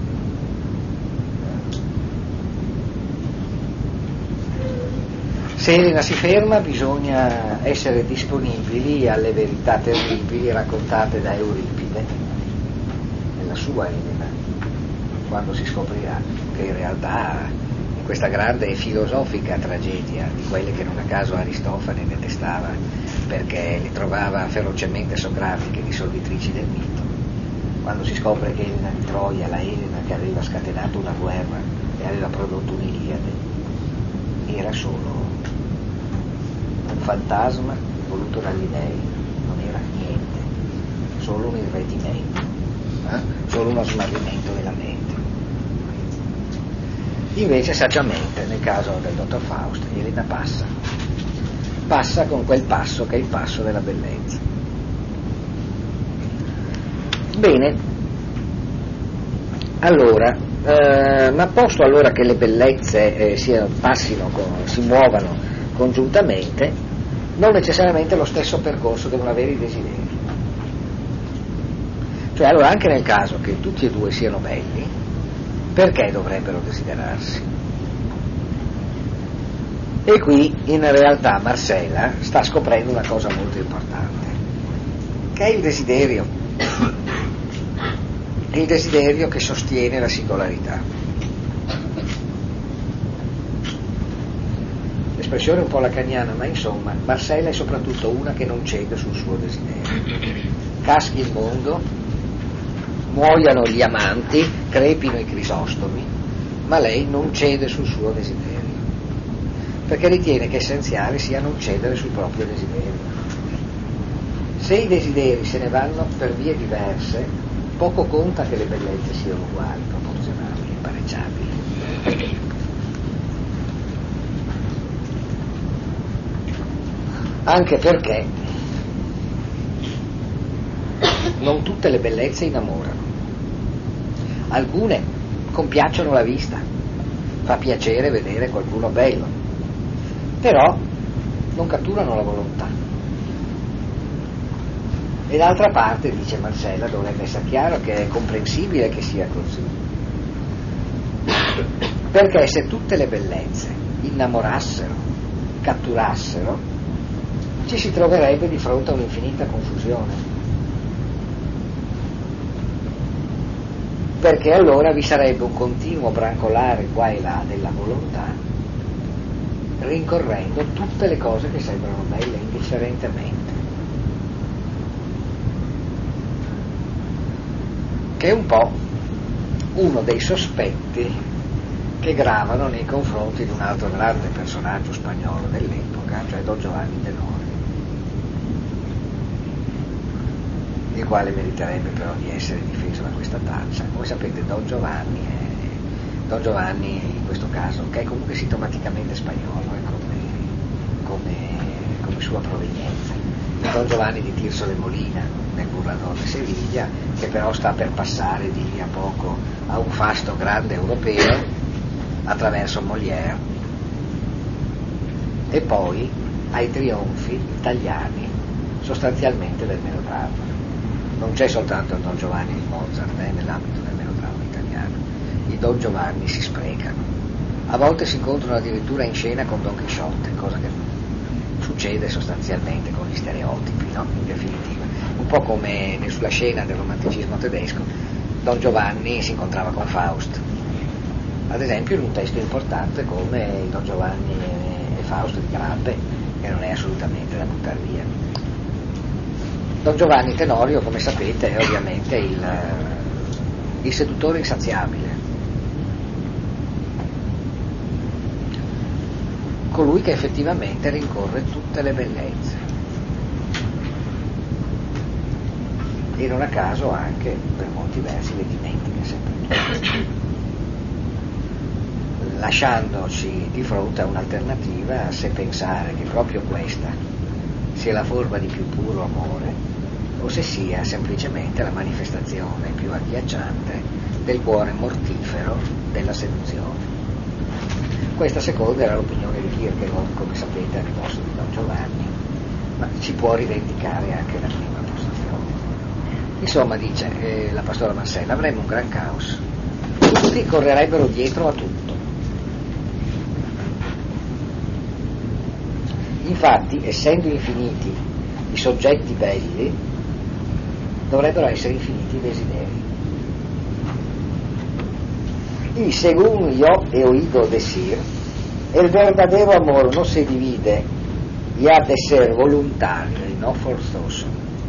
Se Elena si ferma bisogna essere disponibili alle verità terribili raccontate da Euripide, nella sua Elena, quando si scoprirà che in realtà in questa grande e filosofica tragedia, di quelle che non a caso Aristofane detestava perché le trovava ferocemente socratiche, dissolvitrici del mito, quando si scopre che Elena di Troia, la Elena che aveva scatenato una guerra e aveva prodotto un'Iliade, era solo un fantasma voluto dagli dei, non era niente, solo un irretimento, solo uno smarrimento della mente. Invece saggiamente nel caso del dottor Faust Elena passa con quel passo che è il passo della bellezza. Bene, allora, ma posto allora che le bellezze si muovano congiuntamente, non necessariamente lo stesso percorso devono avere i desideri. Cioè allora anche nel caso che tutti e due siano belli, perché dovrebbero desiderarsi? E qui in realtà Marcella sta scoprendo una cosa molto importante, che è il desiderio che sostiene la singolarità. L'espressione è un po' lacaniana, ma insomma Marcella è soprattutto una che non cede sul suo desiderio. Caschi il mondo, muoiano gli amanti, crepino i crisostomi, ma lei non cede sul suo desiderio, perché ritiene che essenziale sia non cedere sul proprio desiderio. Se i desideri se ne vanno per vie diverse, poco conta che le bellezze siano uguali, proporzionali, impareggiabili. Anche perché non tutte le bellezze innamorano. Alcune compiacciono la vista, fa piacere vedere qualcuno bello, però non catturano la volontà. E d'altra parte, dice Marcella, dovrebbe essere chiaro che è comprensibile che sia così, perché se tutte le bellezze innamorassero, catturassero, ci si troverebbe di fronte a un'infinita confusione, perché allora vi sarebbe un continuo brancolare qua e là della volontà, rincorrendo tutte le cose che sembrano belle indifferentemente, che è un po' uno dei sospetti che gravano nei confronti di un altro grande personaggio spagnolo dell'epoca, cioè Don Giovanni de Nori, il quale meriterebbe però di essere difeso da questa taccia. Come sapete Don Giovanni in questo caso, che è comunque sintomaticamente spagnolo come sua provenienza, Don Giovanni di Tirso de Molina nel Burlador de Seviglia, che però sta per passare di lì a poco a un fasto grande europeo attraverso Molière e poi ai trionfi italiani sostanzialmente del melodramma. Non c'è soltanto il Don Giovanni di Mozart nell'ambito del melodramma italiano, i Don Giovanni si sprecano, a volte si incontrano addirittura in scena con Don Chisciotte, cosa che succede sostanzialmente con gli stereotipi, no? In definitiva, po' come sulla scena del romanticismo tedesco, Don Giovanni si incontrava con Faust, ad esempio in un testo importante come il Don Giovanni e Fausto di Grabbe, che non è assolutamente da buttare via. Don Giovanni Tenorio, come sapete, è ovviamente il seduttore insaziabile, colui che effettivamente rincorre tutte le bellezze, e non a caso anche per molti versi le dimentica sempre, lasciandoci di fronte a un'alternativa se pensare che proprio questa sia la forma di più puro amore o se sia semplicemente la manifestazione più agghiacciante del cuore mortifero della seduzione. Questa seconda era l'opinione di Kierkegaard, come sapete, a ridosso di Don Giovanni, ma ci può rivendicare anche la prima posizione. Insomma, dice la pastora Marcella, avremmo un gran caos, tutti correrebbero dietro a tutto. Infatti, essendo infiniti i soggetti belli, dovrebbero essere infiniti i desideri. Y según yo he oído decir, el verdadero amor no se divide y ha de ser voluntario y no forzoso.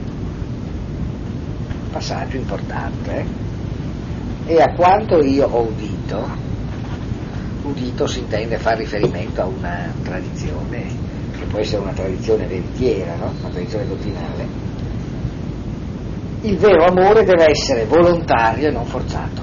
Passaggio importante, E a quanto io ho udito si intende far riferimento a una tradizione, che può essere una tradizione veritiera, no? Una tradizione dottrinale. Il vero amore deve essere volontario e non forzato.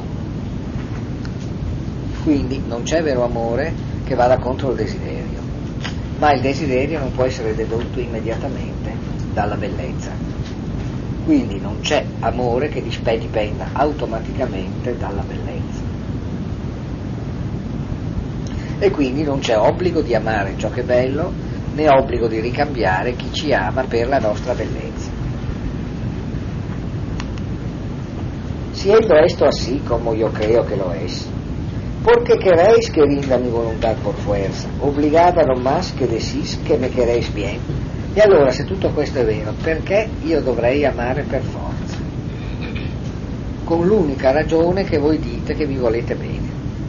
Quindi non c'è vero amore che vada contro il desiderio, ma il desiderio non può essere dedotto immediatamente dalla bellezza. Quindi non c'è amore che dipenda automaticamente dalla bellezza. E quindi non c'è obbligo di amare ciò che è bello, né obbligo di ricambiare chi ci ama per la nostra bellezza. Siendo esto así como yo creo que lo es, porque queréis que rinda mi voluntad por fuerza, obligada no más que decís que me queréis bien. E allora, se tutto questo è vero, perché io dovrei amare per forza? Con l'unica ragione che voi dite che mi volete bene.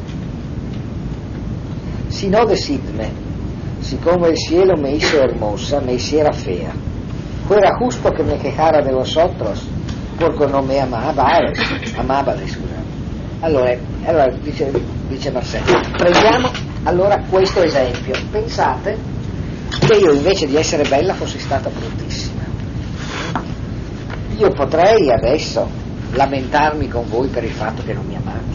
Si no decidme, si como el cielo me hizo hermosa, me hiciera fea, fuera justo que me quejara de vosotros, porque no me amabais, scusate. Allora dice Marcello, prendiamo allora questo esempio. Pensate che io invece di essere bella fossi stata bruttissima. Io potrei adesso lamentarmi con voi per il fatto che non mi amate.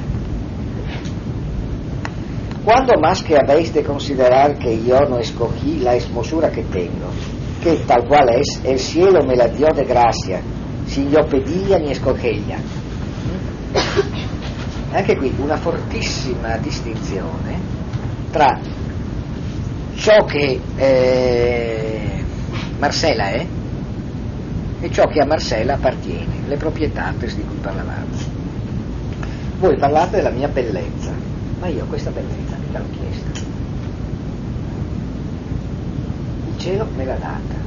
Cuando más que habéis de considerar que yo no escogí la hermosura que tengo, que tal cual es, el cielo me la dio de gracia, sin yo pedirla ni escogerla. Anche qui una fortissima distinzione tra ciò che Marcella è e ciò che a Marcella appartiene, le proprietates di cui parlavamo. Voi parlate della mia bellezza, ma io questa bellezza mica l'ho chiesta. Il cielo me l'ha data,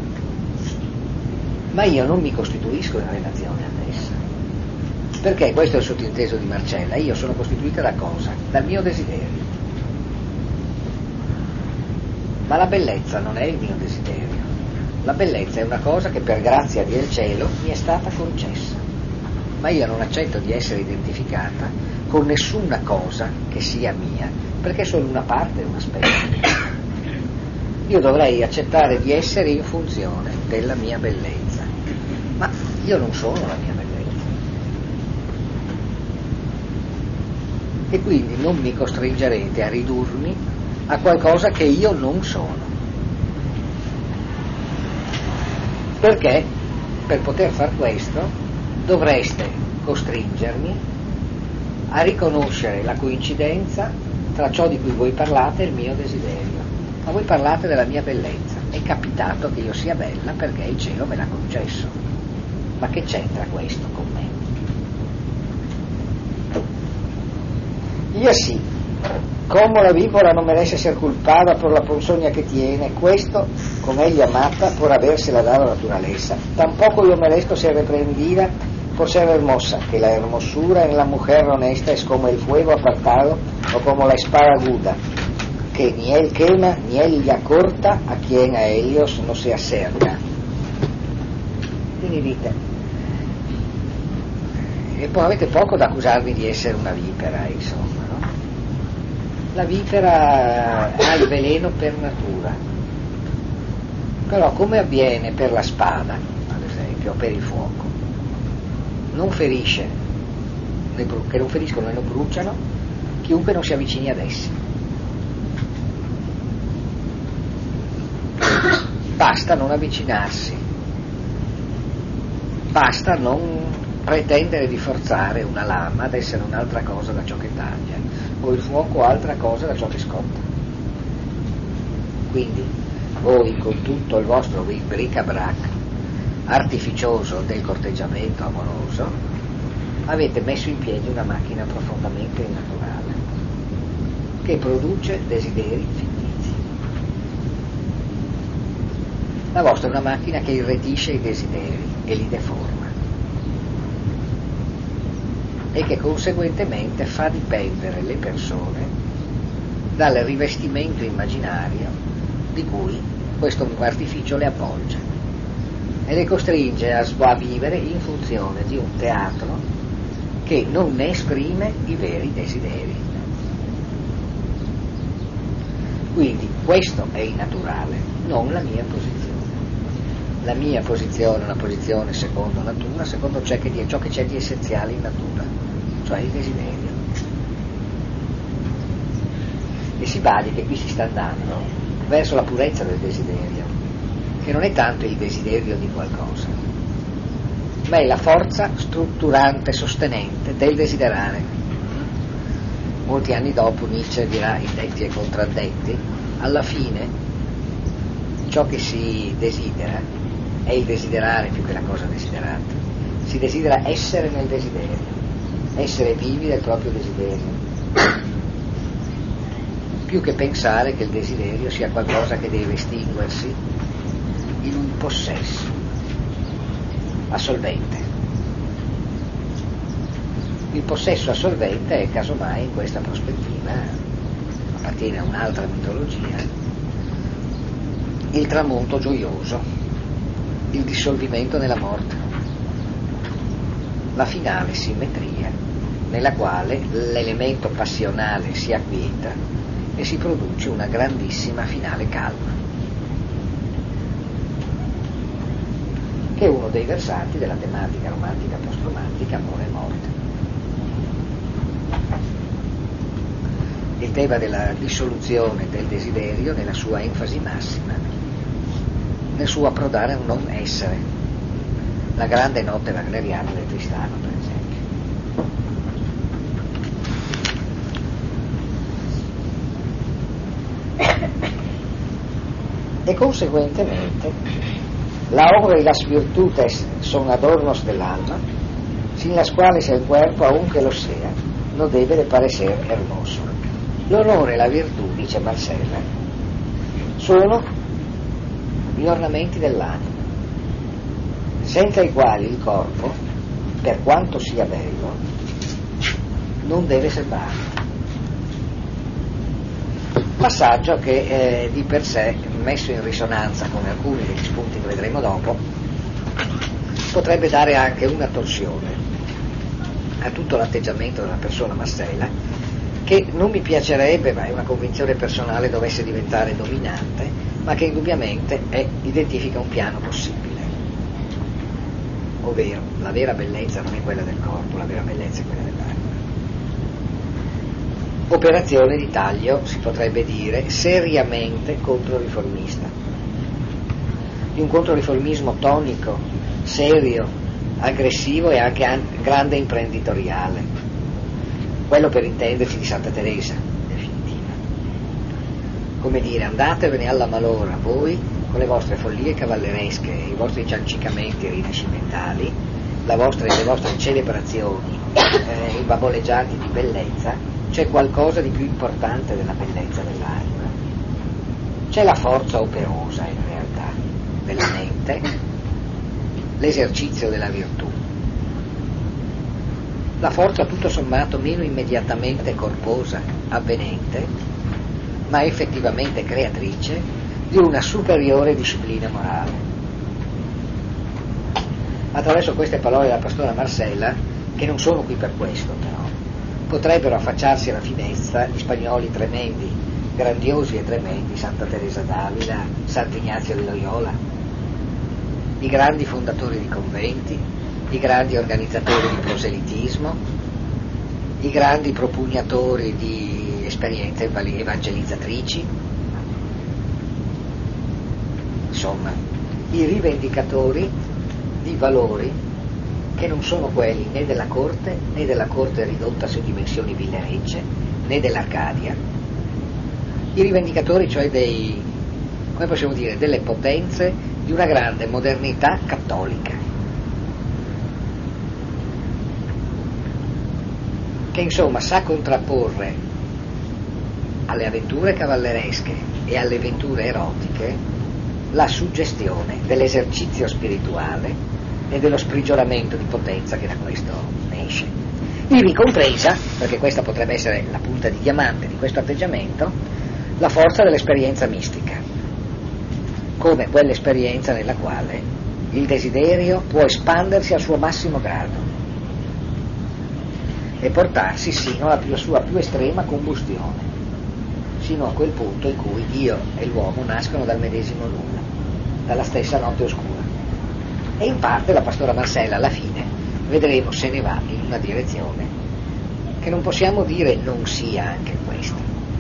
ma io non mi costituisco in relazione ad essa. Perché questo è il sottinteso di Marcella, io sono costituita da cosa? Dal mio desiderio. Ma la bellezza non è il mio desiderio. La bellezza è una cosa che per grazia del cielo mi è stata concessa. Ma io non accetto di essere identificata con nessuna cosa che sia mia, perché è solo una parte, un aspetto. Io dovrei accettare di essere in funzione della mia bellezza. Ma io non sono la mia bellezza. E quindi non mi costringerete a ridurmi a qualcosa che io non sono. Perché per poter far questo dovreste costringermi a riconoscere la coincidenza tra ciò di cui voi parlate e il mio desiderio. Ma voi parlate della mia bellezza. È capitato che io sia bella perché il cielo me l'ha concesso. Ma che c'entra questo con me? Io sì, Como la víbora no merece ser culpada por la ponzoña que tiene, questo, con ella mata por habérsela dado naturaleza. Tampoco yo merezco ser reprendida por ser hermosa, que la hermosura en la mujer honesta es como el fuego apartado o como la espada aguda, que ni él quema ni ella corta a quien a ellos no se acerca. Quindi dite, e poi avete poco da accusarmi di essere una vipera, insomma, no? La vipera ha il veleno per natura, però come avviene per la spada, ad esempio, o per il fuoco, non ferisce, che non feriscono e non bruciano chiunque non si avvicini ad essi. Basta non avvicinarsi, basta non pretendere di forzare una lama ad essere un'altra cosa da ciò che taglia, o il fuoco altra cosa da ciò che scotta. Quindi voi, con tutto il vostro bric-a-brac artificioso del corteggiamento amoroso, avete messo in piedi una macchina profondamente innaturale che produce desideri fittizi. La vostra è una macchina che irretisce i desideri e li deforma, e che conseguentemente fa dipendere le persone dal rivestimento immaginario di cui questo artificio le avvolge e le costringe a vivere in funzione di un teatro che non ne esprime i veri desideri. Quindi questo è innaturale, non la mia posizione. La mia posizione è una posizione secondo natura, secondo ciò che c'è di essenziale in natura, cioè il desiderio. E si badi che qui si sta andando verso la purezza del desiderio, che non è tanto il desiderio di qualcosa, ma è la forza strutturante, sostenente del desiderare. Molti anni dopo Nietzsche dirà, in Detti e Contraddetti, alla fine ciò che si desidera è il desiderare più che la cosa desiderata. Si desidera essere nel desiderio, essere vivi del proprio desiderio, più che pensare che il desiderio sia qualcosa che deve estinguersi in un possesso assolvente. Il possesso assolvente è casomai in questa prospettiva, appartiene a un'altra mitologia, il tramonto gioioso, il dissolvimento nella morte, la finale simmetria nella quale l'elemento passionale si acquieta e si produce una grandissima finale calma, che è uno dei versanti della tematica romantica post-romantica amore e morte. Il tema della dissoluzione del desiderio nella sua enfasi massima, nel suo approdare a un non essere, la grande notte wagneriana del Tristano, per esempio. E conseguentemente la obra y las virtudes son adornos del alma, sin las cuales el cuerpo, aunque lo sea, no debe de parecer hermoso. L'onore e la virtù, dice Marcella, sono gli ornamenti dell'anima, senza i quali il corpo, per quanto sia bello, non deve sembrare. Passaggio che di per sé, messo in risonanza con alcuni degli spunti che vedremo dopo, potrebbe dare anche una torsione a tutto l'atteggiamento della persona Marcella, che non mi piacerebbe, ma è una convinzione personale, dovesse diventare dominante, ma che indubbiamente identifica un piano possibile, ovvero la vera bellezza non è quella del corpo, la vera bellezza è quella dell'anima. Operazione di taglio, si potrebbe dire, seriamente controriformista, di un controriformismo tonico, serio, aggressivo e anche grande imprenditoriale, quello per intenderci di Santa Teresa, definitiva. Come dire, andatevene alla malora voi con le vostre follie cavalleresche, i vostri ciancicamenti rinascimentali, le vostre celebrazioni imbaboleggianti di bellezza, c'è qualcosa di più importante della bellezza dell'anima. C'è la forza operosa, in realtà, della mente, l'esercizio della virtù. La forza tutto sommato meno immediatamente corposa, avvenente, ma effettivamente creatrice di una superiore disciplina morale. Attraverso queste parole della pastora Marcella, che non sono qui per questo però, potrebbero affacciarsi alla finestra gli spagnoli tremendi, grandiosi e tremendi, Santa Teresa d'Avila, Sant'Ignazio di Loyola, i grandi fondatori di conventi, i grandi organizzatori di proselitismo, i grandi propugnatori di esperienze evangelizzatrici, insomma, i rivendicatori di valori che non sono quelli né della corte ridotta su dimensioni villerecce, né dell'Arcadia, i rivendicatori cioè come possiamo dire, delle potenze di una grande modernità cattolica, che insomma sa contrapporre alle avventure cavalleresche e alle avventure erotiche la suggestione dell'esercizio spirituale e dello sprigionamento di potenza che da questo ne esce. Ivi compresa, perché questa potrebbe essere la punta di diamante di questo atteggiamento, la forza dell'esperienza mistica, come quell'esperienza nella quale il desiderio può espandersi al suo massimo grado e portarsi sino alla sua più estrema combustione, sino a quel punto in cui Dio e l'uomo nascono dal medesimo nulla, dalla stessa notte oscura. E in parte la pastora Marcella alla fine, vedremo, se ne va in una direzione che non possiamo dire non sia anche questa.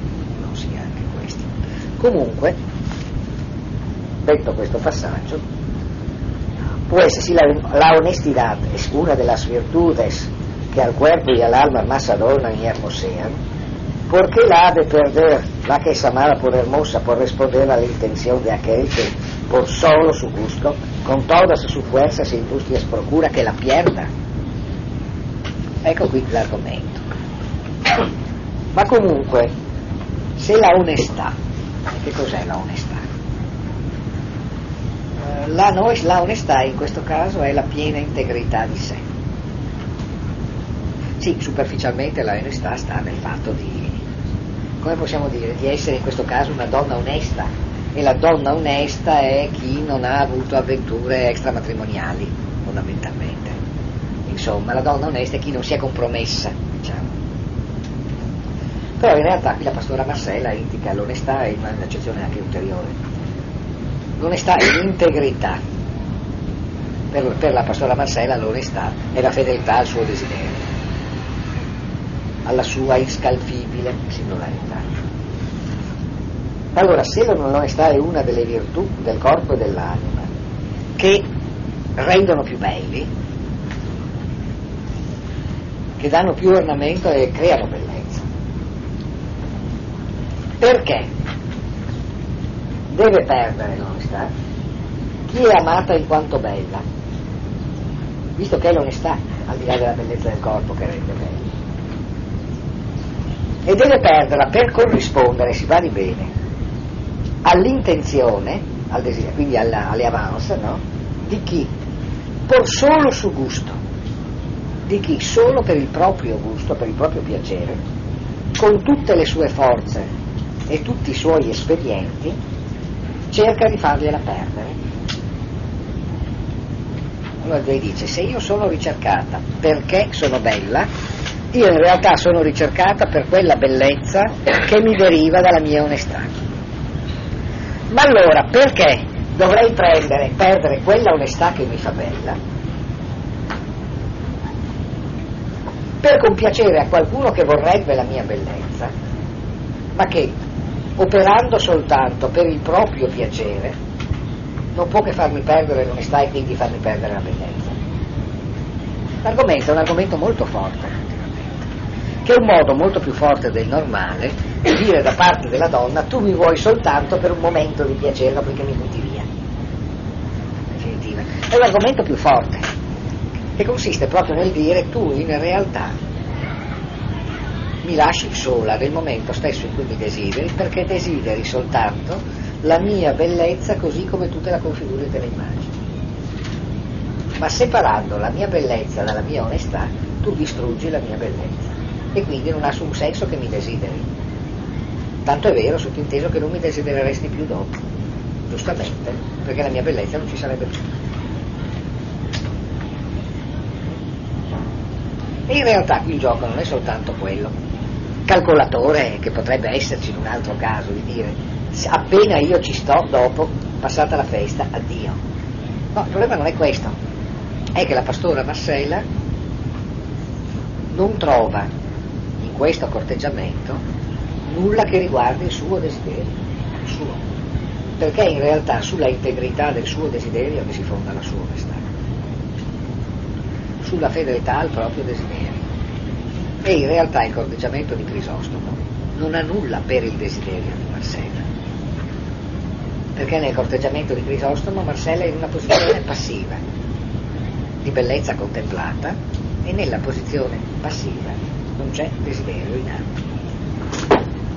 Comunque, detto questo passaggio, pues si la honestidad es una de las virtudes que al cuerpo y al alma más adornan y hermosean, ¿por qué la ha de perder la que es amada por hermosa por responder a la intención de aquel que, por solo su gusto, con todas sus fuerzas e industrias procura que la pierda? Ecco qui l'argomento. Ma comunque, se la onestà, che cos'è la onestà? La onestà in questo caso è la piena integrità di sé. Sì, superficialmente la onestà sta nel fatto di, come possiamo dire, di essere in questo caso una donna onesta, e la donna onesta è chi non ha avuto avventure extramatrimoniali, fondamentalmente. Insomma, la donna onesta è chi non si è compromessa, diciamo. Però in realtà qui la pastora Marcella indica l'onestà in un'accezione anche ulteriore. L'onestà è l'integrità. Per la pastora Marcella l'onestà è la fedeltà al suo desiderio, alla sua inscalfibile singolarità. Allora, se l'onestà è una delle virtù del corpo e dell'anima che rendono più belli, che danno più ornamento e creano bellezza, perché deve perdere l'onestà chi è amata in quanto bella, visto che è l'onestà, al di là della bellezza del corpo, che rende bello, e deve perderla per corrispondere, si badi bene, all'intenzione, al desiderio, quindi alle avance, no? Di chi por solo su gusto, di chi solo per il proprio gusto, per il proprio piacere, con tutte le sue forze e tutti i suoi espedienti, cerca di fargliela perdere. Allora lei dice: se io sono ricercata perché sono bella, io in realtà sono ricercata per quella bellezza che mi deriva dalla mia onestà. Ma allora perché dovrei perdere quella onestà che mi fa bella per compiacere a qualcuno che vorrebbe la mia bellezza, ma che, operando soltanto per il proprio piacere, non può che farmi perdere l'onestà e quindi farmi perdere la bellezza? L'argomento è un argomento molto forte, che è un modo molto più forte del normale di dire da parte della donna: tu mi vuoi soltanto per un momento di piacere, dopodiché mi butti via. In definitiva, è un argomento più forte, che consiste proprio nel dire: tu in realtà mi lasci sola nel momento stesso in cui mi desideri, perché desideri soltanto la mia bellezza così come tu te la configuri e te la immagini. Ma separando la mia bellezza dalla mia onestà, tu distruggi la mia bellezza e quindi non ha un senso che mi desideri. Tanto è vero, sottinteso, che non mi desidereresti più dopo, giustamente, perché la mia bellezza non ci sarebbe più. E in realtà qui il gioco non è soltanto quello calcolatore che potrebbe esserci in un altro caso, di dire appena io ci sto, dopo, passata la festa, addio. No, il problema non è questo, è che la pastora Marcella non trova in questo corteggiamento nulla che riguardi il suo desiderio, il suo, perché in realtà sulla integrità del suo desiderio che si fonda la sua onestà, sulla fedeltà al proprio desiderio. E in realtà il corteggiamento di Crisostomo non ha nulla per il desiderio di Marcella, perché nel corteggiamento di Crisostomo Marcella è in una posizione passiva di bellezza contemplata, e nella posizione passiva non c'è desiderio in atto.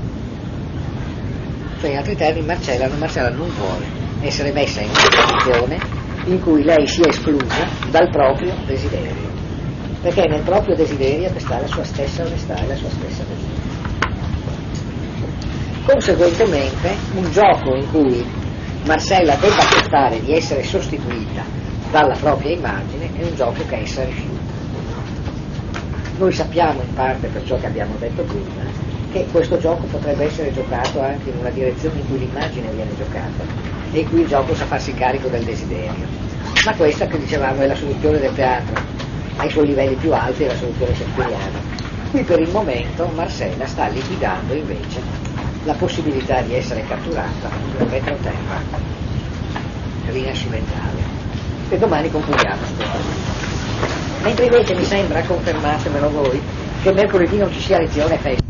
Cioè, in altri termini, Marcella non vuole essere messa in una posizione in cui lei sia esclusa dal proprio desiderio, perché è nel proprio desiderio che sta la sua stessa onestà e la sua stessa verità. Conseguentemente, un gioco in cui Marcella debba accettare di essere sostituita dalla propria immagine è un gioco che essa rifiuta. Noi sappiamo in parte, per ciò che abbiamo detto prima, che questo gioco potrebbe essere giocato anche in una direzione in cui l'immagine viene giocata e in cui il gioco sa farsi carico del desiderio. Ma questa, che dicevamo, è la soluzione del teatro ai suoi livelli più alti, è la soluzione shakespeariana. Qui per il momento Marcella sta liquidando invece la possibilità di essere catturata in un retroterra rinascimentale, e domani concludiamo su questo punto. Mentre invece mi sembra, confermatemelo voi, che mercoledì non ci sia lezione e festa.